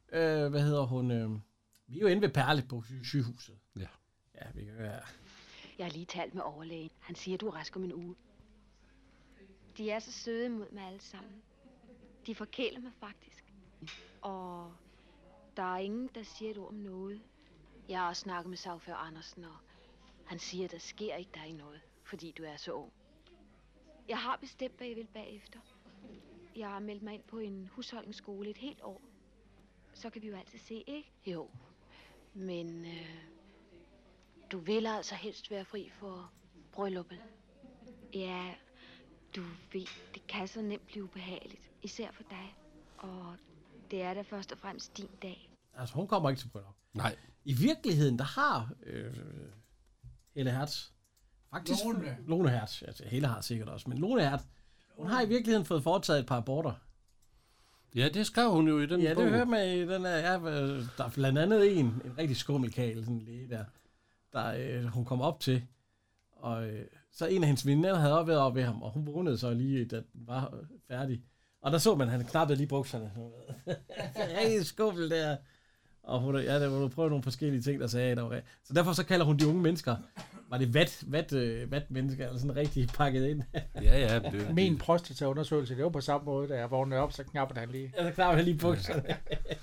S3: Øh, hvad hedder hun? Øh, vi er jo inde ved Perle på sy- sygehuset.
S4: Ja.
S3: Ja, vi kan høre.
S17: Jeg har lige talt med overlægen. Han siger, du er rask om en uge. De er så søde mod mig alle sammen. De forkæler mig faktisk. Og der er ingen, der siger et ord om noget. Jeg har også snakket med sagfører Andersen, og han siger, at der sker ikke dig noget, fordi du er så ung. Jeg har bestemt, hvad jeg vil bagefter. Jeg har meldt mig ind på en husholdningsskole et helt år. Så kan vi jo altid se, ikke? Jo. Men øh, du vil altså helst være fri for brylluppet. Ja, du ved, det kan så nemt blive ubehageligt. Især for dig. Og det er da først og fremmest din dag.
S3: Altså, hun kommer ikke til bryllup.
S4: Nej.
S3: I virkeligheden, der har øh, Helle Hertz faktisk...
S1: Lone.
S3: Lone Hertz. Altså, Helle har sikkert også, men Lone Hertz, hun har i virkeligheden fået foretaget et par aborter.
S4: Ja, det skrev hun jo i den
S3: ja,
S4: bog.
S3: Ja, det hører man i den her. Ja, der er blandt andet en, en rigtig skummelkagel, sådan en læge der, der øh, hun kom op til. Og øh, så en af hendes veninder havde også været op ved ham, og hun vågnede så lige, da den var færdig. Og der så man, at han knappede lige bukserne. Rigtig skummel der. Og hun, ja, der var prøvet nogle forskellige ting, der sagde, der var. Så derfor så kalder hun de unge mennesker, var det vat, vat, øh, vat mennesker, eller sådan rigtig pakket ind.
S4: ja, ja. Det,
S1: Min prostataundersøgelse, det var på samme måde, da jeg vågnede op, så knappede han lige.
S3: Ja, så knappede han lige bukserne.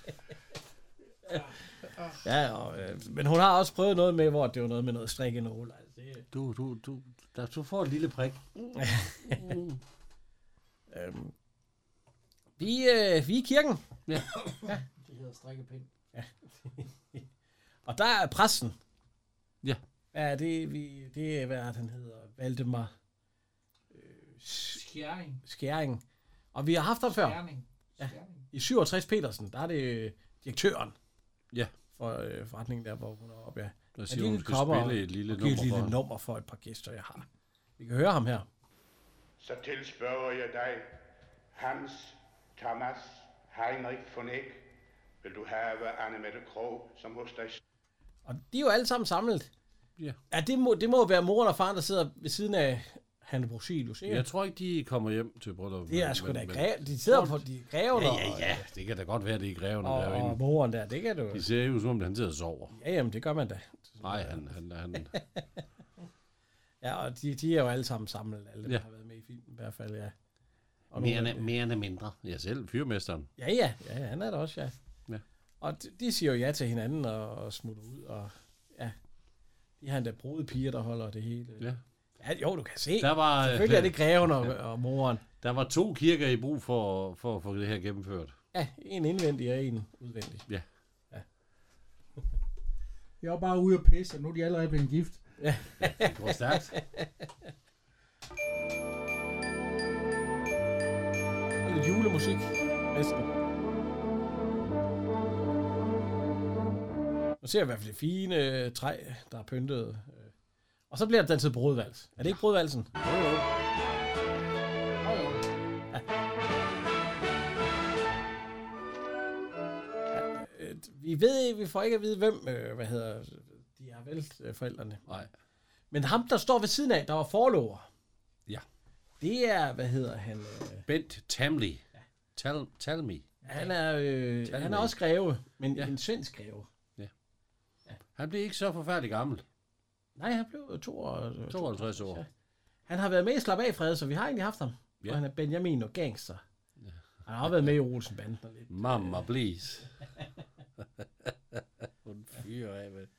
S3: ja, og, øh, men hun har også prøvet noget med, hvor det var noget med noget strikkenål. Altså, det...
S4: Du, du, du, der, du får et lille prik.
S3: øhm, vi, øh, vi er i kirken.
S4: Ja.
S1: ja. Det hedder strikkepind.
S3: Ja. Og der er præsten.
S4: Ja.
S3: Hvad er det, vi, det er, hvad er, han hedder? Valdemar. Øh,
S1: Skjæring.
S3: Skjæring. Og vi har haft ham før.
S1: Skjæring.
S3: Ja. I syvogtres Petersen, der er det direktøren.
S4: Ja.
S3: For øh, forretningen der, hvor hun er oppe, ja.
S4: Der siger, hun skal spille et lille
S3: og
S4: nummer
S3: et lille
S4: for
S3: nummer for et par gæster, jeg har. Vi kan høre ham her.
S18: Så tilspørger jeg dig, Hans, Thomas, Heinrich von Eck. Vil du have Anne-Mette Krog, som hos dig?
S3: Og de er jo alle sammen samlet.
S4: Ja.
S3: Ja, det må, det må være moren og faren, der sidder ved siden af Hanne Brosilius, ikke?
S4: Jeg tror ikke, de kommer hjem til bryllup.
S3: Det er sgu da græ- de sidder på de grævner.
S4: Ja, ja, ja. Det kan da godt være, det er grævner
S3: og,
S4: derinde.
S3: og moren der, det kan du.
S4: De ser jo som om, han sidder og sover.
S3: Ja, jamen, det gør man da.
S4: Nej, han... han, han...
S3: ja, og de, de er jo alle sammen samlet, alle, der
S4: ja.
S3: har været med i filmen i hvert fald, ja. Og
S4: mere, end, mere end mindre. Jeg selv, fyrmesteren.
S3: Ja, ja, ja, han er der også, ja.
S4: Ja.
S3: Og de, de siger jo ja til hinanden og, og smutter ud, og ja, de har endda brudepiger, der holder det hele.
S4: Ja.
S3: Ja, jo, du kan se.
S4: Der var,
S3: selvfølgelig er det greven og, og moren.
S4: Der var to kirker i brug for, for at få det her gennemført.
S3: Ja, en indvendig og en udvendig.
S4: Ja.
S3: Ja.
S1: Jeg var bare ude og pisse, og nu er de allerede blevet gift.
S3: Ja.
S4: Det går stærkt.
S3: Lidt julemusik. Næsten. Nu ser jeg i hvert fald det fine træ, der er pyntet. Og så bliver der danset brudvals. Er det ikke brudvalsen? Jo, jo. Jo, jo. Ja. Ja, vi ved, vi får ikke at vide, hvem, hvad hedder, de har valgt forældrene.
S4: Nej.
S3: Men ham, der står ved siden af, der var forlover.
S4: Ja.
S3: Det er, hvad hedder han?
S4: Bent Tamley. Ja. Tell, tell me.
S3: Han er, øh,
S4: Tell
S3: han
S4: me.
S3: er også greve, men
S4: Ja.
S3: en svensk greve.
S4: Ja. Ja. Han blev ikke så forfærdelig gammel.
S3: Nej, han blev tooghalvtreds
S4: tooghalvtreds år.
S3: Ja. Han har været med i Slap af, Fred, så vi har egentlig haft ham.
S4: Ja.
S3: Og han er Benjamin og gangster. Ja. Han har også været med i Olsen-banden. Lidt.
S4: Mamma, please. Hun fyrer af med.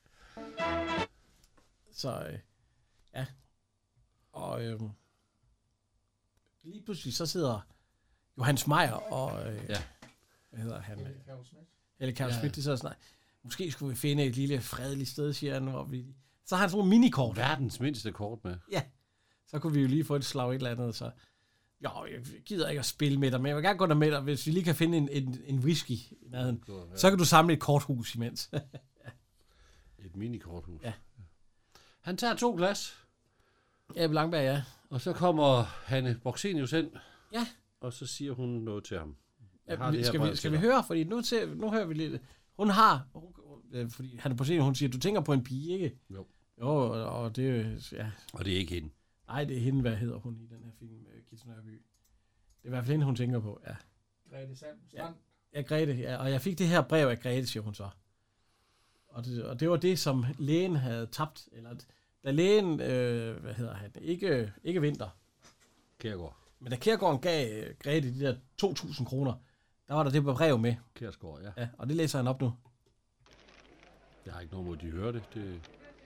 S3: Så, øh, ja. Og øh, lige pludselig så sidder Johannes Meyer og, øh,
S4: ja.
S3: hvad hedder han?
S1: Helle Kjær Schmidt.
S3: Helle Kjær
S4: Ja.
S3: Schmidt, det er så sådan, måske skulle vi finde et lille fredeligt sted, siger han, hvor vi... Så har han sådan nogle minikort.
S4: Verdens mindste kort med.
S3: Ja. Så kunne vi jo lige få et slag et eller andet, så... Jo, jeg gider ikke at spille med dig, men jeg vil gerne gå der med dig, hvis vi lige kan finde en, en, en whisky i nærheden. Så kan du samle et korthus imens. Ja.
S4: Et minikorthus.
S3: Ja.
S4: Han tager to glas.
S3: Ja, Langberg, ja.
S4: Og så kommer Hanne Boxenius ind.
S3: Ja.
S4: Og så siger hun noget til ham. Jeg har
S3: Ja,
S4: det her
S3: skal
S4: brev
S3: vi,
S4: til
S3: skal vi
S4: dig.
S3: høre, fordi nu, til, nu hører vi lidt... Hun har... Hun, øh, fordi han er på scenen, hun siger, du tænker på en pige, ikke?
S4: Jo.
S3: Jo, og, og det er jo... Ja.
S4: Og det er ikke hende.
S3: Nej, det er hende, hvad hedder hun i den her film, uh, Kits Nørby. Det er i hvert fald hende, hun tænker på, ja.
S1: Grete Sand. Strand.
S3: Ja, Grete, ja, og jeg fik det her brev af Grete, siger hun så. Og det, og det var det, som lægen havde tabt. Eller, da lægen, øh, hvad hedder han, ikke, ikke Vinter.
S4: Kjærgaard.
S3: Men da Kjærgaard gav Grete de der to tusind kroner, der var der det brev med.
S4: Kjærgaard, ja.
S3: Ja, og det læser han op nu.
S4: Jeg har ikke nogen måde, de hører det. det...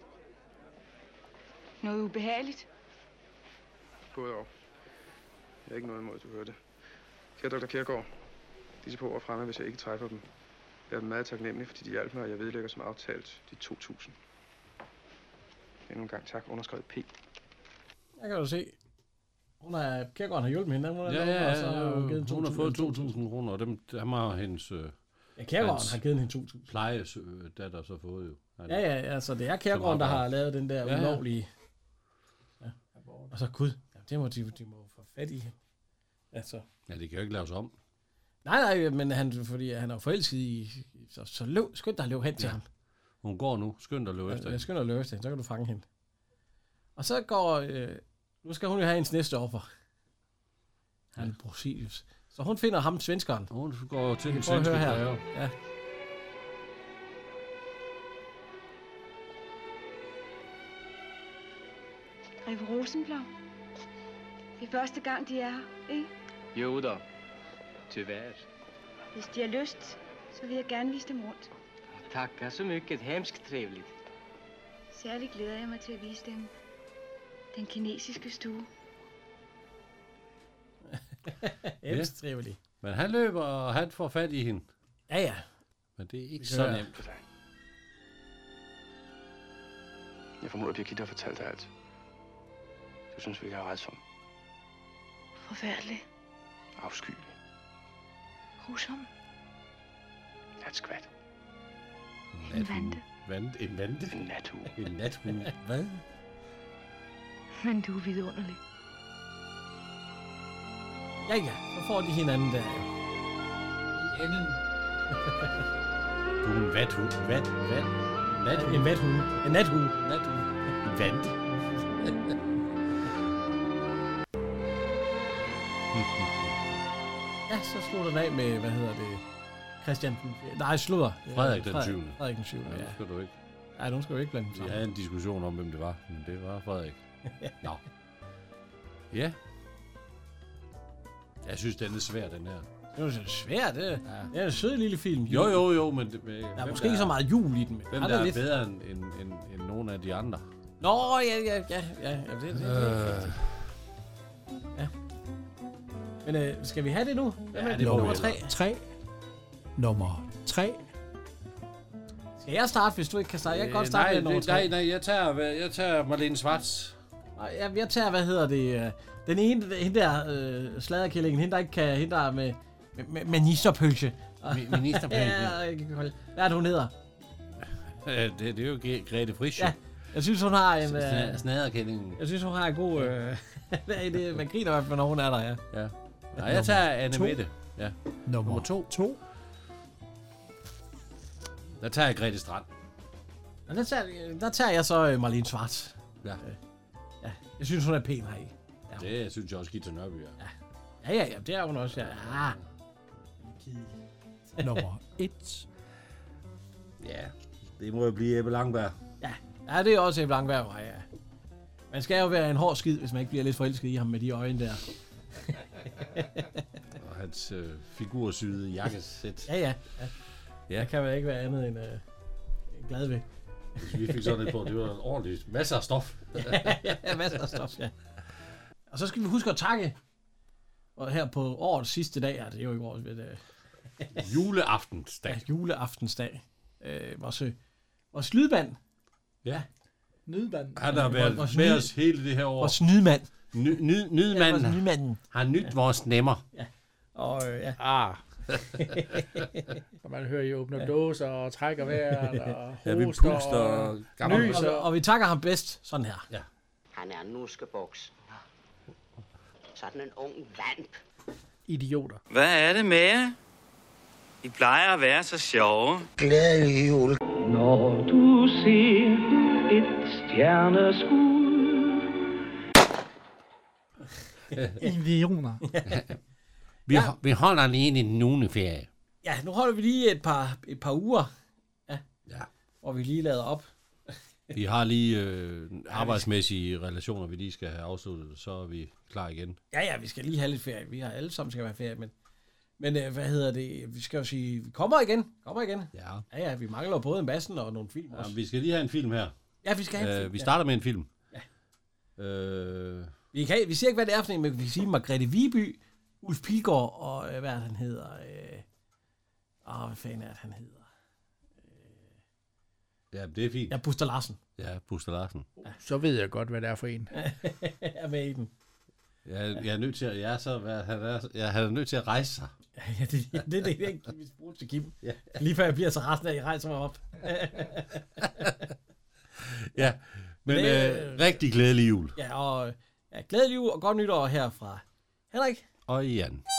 S14: Noget ubehageligt?
S9: Både og. Jeg har ikke noget imod, at du hører det. Kære doktor Kjærgaard, disse på var fremme, hvis jeg ikke træffer dem. Jeg er meget taknemmelig, fordi de hjalp mig, og jeg vedlægger som aftalt de to tusind. Endnu en gang tak. Underskrevet P.
S3: Jeg kan jo se. Hun har, Kjærgaard har hjulpet hende. Hun har,
S4: Ja, ja, ja.
S3: og så har hun, givet
S4: hun har fået to tusind kroner, og dem, dem har hendes... Øh,
S3: ja, Kjærgaard har givet hende to tusind.
S4: Plejedatter så fået jo. Han,
S3: ja, ja, altså det er Kjærgaard, der har lavet den der
S4: ja, ja.
S3: ulovlige... Ja. Og så gud, ja, det må de, de må få fat i. Altså.
S4: Ja, det kan jo ikke laves om.
S3: Nej, nej, men han, fordi han er forelsket i... Så, så løb, skynd dig at løbe hen til
S4: ja. ham. Hun går nu. Skynd dig at løbe
S3: ja,
S4: efter
S3: hende.
S4: hende.
S3: Skynd dig at løbe efter hende, så kan du fange hende. Og så går... Øh, nu skal hun jo have hendes næste offer. Han ja. Brosilius. Så hun finder ham, svenskeren.
S4: Hun går til den
S3: svenske
S4: her.
S3: Ja.
S14: Greve Rosenblom. Det er første gang, de er her, ikke?
S19: Jo da. Tyvärr.
S14: Hvis de har lyst, så vil jeg gerne vise dem rundt.
S19: Tackar så mycket. Hemskt trevligt.
S14: Særligt glæder jeg mig til at vise dem den kinesiske stue.
S3: Hemskt trevligt.
S4: Men han løber, og han får fat i hende.
S3: Ja, ja.
S4: Men det er ikke så
S9: Ja.
S4: nemt.
S9: Jeg formoder, at Birgitte har fortalt dig alt. Du synes, vi ikke har ret som.
S14: Forfærdelig.
S9: Afskyelig.
S14: Grusom.
S9: Natskvat.
S14: En vante.
S4: Vand, en vante?
S9: En nathue.
S4: En nathue. Hvad?
S14: Men du er vidunderlig.
S3: Ja, ja. Så får de hinanden der jo.
S1: I enden.
S4: Du er en vathue. Vat, vat. Nathue.
S3: En vathue. En nathue.
S4: Nathue. En vante.
S3: Ja, så slutter den af med, hvad hedder det, Christian den... Nej, slutter.
S4: Frederik den tyvende.
S3: Frederik den tyvende,
S4: ja.
S3: ja.
S4: Nu skal du ikke.
S3: Nej, nu skal du ikke blande dem
S4: Vi
S3: sammen.
S4: havde en diskussion om, hvem det var, men det var Frederik. Nå. Ja. Jeg synes, den er svær, den her.
S3: Det er jo svært, det. Ja. Det er en sød lille film.
S4: Jo, jo, jo, men... Det, med,
S3: der er måske ikke så meget jul i den. Men
S4: hvem der er lidt... bedre end, end, end, end nogle af de andre?
S3: Nå, ja, ja, ja, ja, ja det, det, det, det er rigtigt. Ja. Men øh, skal vi have det nu?
S4: Ja, det må
S3: nummer
S4: vi
S3: tre.
S1: tre. Nummer tre.
S3: Skal jeg starte, hvis du ikke kan starte? Jeg kan godt starte
S4: nej,
S3: med nummer tre.
S4: Nej, nej, jeg tager, jeg tager Marlene Schwartz.
S3: Nej, jeg, jeg tager, hvad hedder det, øh, den ene, hende der øh, sladerkællingen, hende der ikke kan, hende der med, med, med ministerpølse.
S4: Ministerpølse.
S3: Ja, jeg kan holde. Hvad er det, hun hedder?
S4: Ja, det, det er jo Grete Frisch.
S3: Ja, jeg synes, hun har en...
S4: Øh, Snaderkællingen.
S3: Jeg synes, hun har en god... Øh, det, man griner i hvert fald, når hun er der, ja.
S4: Ja. Nej, jeg tager Anne Mette. Ja.
S1: Nummer,
S4: Nummer to.
S1: to.
S4: Der tager jeg Grete Strand.
S3: Og der tager, der tager jeg så øh, Marlene Schwartz.
S4: Ja.
S3: Øh, ja. Jeg synes, hun er pæn her i.
S4: Ja. Det synes jeg også, Gita Nørby er.
S3: Ja. Ja, ja, ja, det er hun også, ja. ja.
S1: Nummer et.
S4: Ja, det må jo blive Ebbe Langberg.
S3: Ja, ja det er også Ebbe Langberg, ja. Man skal jo være en hård skid, hvis man ikke bliver lidt forelsket i ham med de øjne der.
S4: Og hans øh, figursyde jakkesæt.
S3: Ja, ja, ja.
S4: Ja.
S3: Der kan man ikke være andet end øh, glad ved.
S4: Hvis vi fik sådan lidt på, det var ordentligt. Masser af stof.
S3: Ja, masser af stof, ja. Og så skal vi huske at takke. Og her på årets sidste dag, ja, det er jo ikke årets, men... Øh,
S4: juleaftensdag.
S3: Ja, juleaftensdag. Øh, vores, vores lydband.
S4: Ja.
S1: Nydband.
S4: Han har været vores med os hele det her år.
S3: Vores nydmand.
S4: Ny, ny, nydmanden.
S3: Ja, nydmanden.
S4: Har nyt ja. Vores stemmer.
S3: Ja. Og øh, ja.
S1: Ah. Og man hører, I åbner ja. dåser og trækker vejret og
S4: ja, vi
S1: hoster
S4: puster
S1: og,
S3: og nyser. Og, og vi takker ham bedst sådan her.
S4: Ja.
S6: Han er en nuskebuks. Sådan en ung vamp.
S1: Idioter.
S20: Hvad er det med jer? I plejer at være så sjove.
S6: Glædelig jul.
S21: Når du ser et stjerneskud.
S1: Idioter.
S4: vi, ja. vi holder lige en juleferie.
S3: Ja, nu holder vi lige et par, et par uger, ja,
S4: ja.
S3: hvor vi lige lader op.
S4: Vi har lige øh, arbejdsmæssige relationer, vi lige skal have afsluttet, så er vi klar igen.
S3: Ja, ja, vi skal lige have lidt ferie. Vi har alle sammen skal have ferie, men, men øh, hvad hedder det? Vi skal jo sige, vi kommer igen. Kommer igen.
S4: Ja.
S3: Ja, ja, vi mangler jo både en bassen og nogle film også.
S4: Ja, vi skal lige have en film her.
S3: Ja, vi skal have en
S4: øh,
S3: film.
S4: Vi
S3: ja.
S4: starter med en film.
S3: Ja.
S4: Øh...
S3: Vi, kan, vi siger ikke, hvad det er for en, men vi kan sige Margrethe Viby, Ulf Pilgaard og øh, hvad er det, han hedder? Øh... Åh, hvad fanden er det, han hedder?
S4: Ja, det er fint.
S3: Ja, Buster Larsen.
S4: Ja, Buster Larsen.
S3: Ja.
S1: Så ved jeg godt, hvad det er for en.
S3: Jeg er med i den.
S4: Jeg, jeg er nødt til at, jeg er så, hvad, han er, jeg er nødt til at rejse sig.
S3: Ja, det, det, det, det er ikke, vi bruger til Kim.
S4: Ja.
S3: Lige før jeg bliver så resten af, at jeg rejser mig op.
S4: Ja, men
S3: men
S4: øh, rigtig glædelig jul.
S3: Ja, og ja, glædelig jul og godt nytår her fra Henrik
S4: og Jan.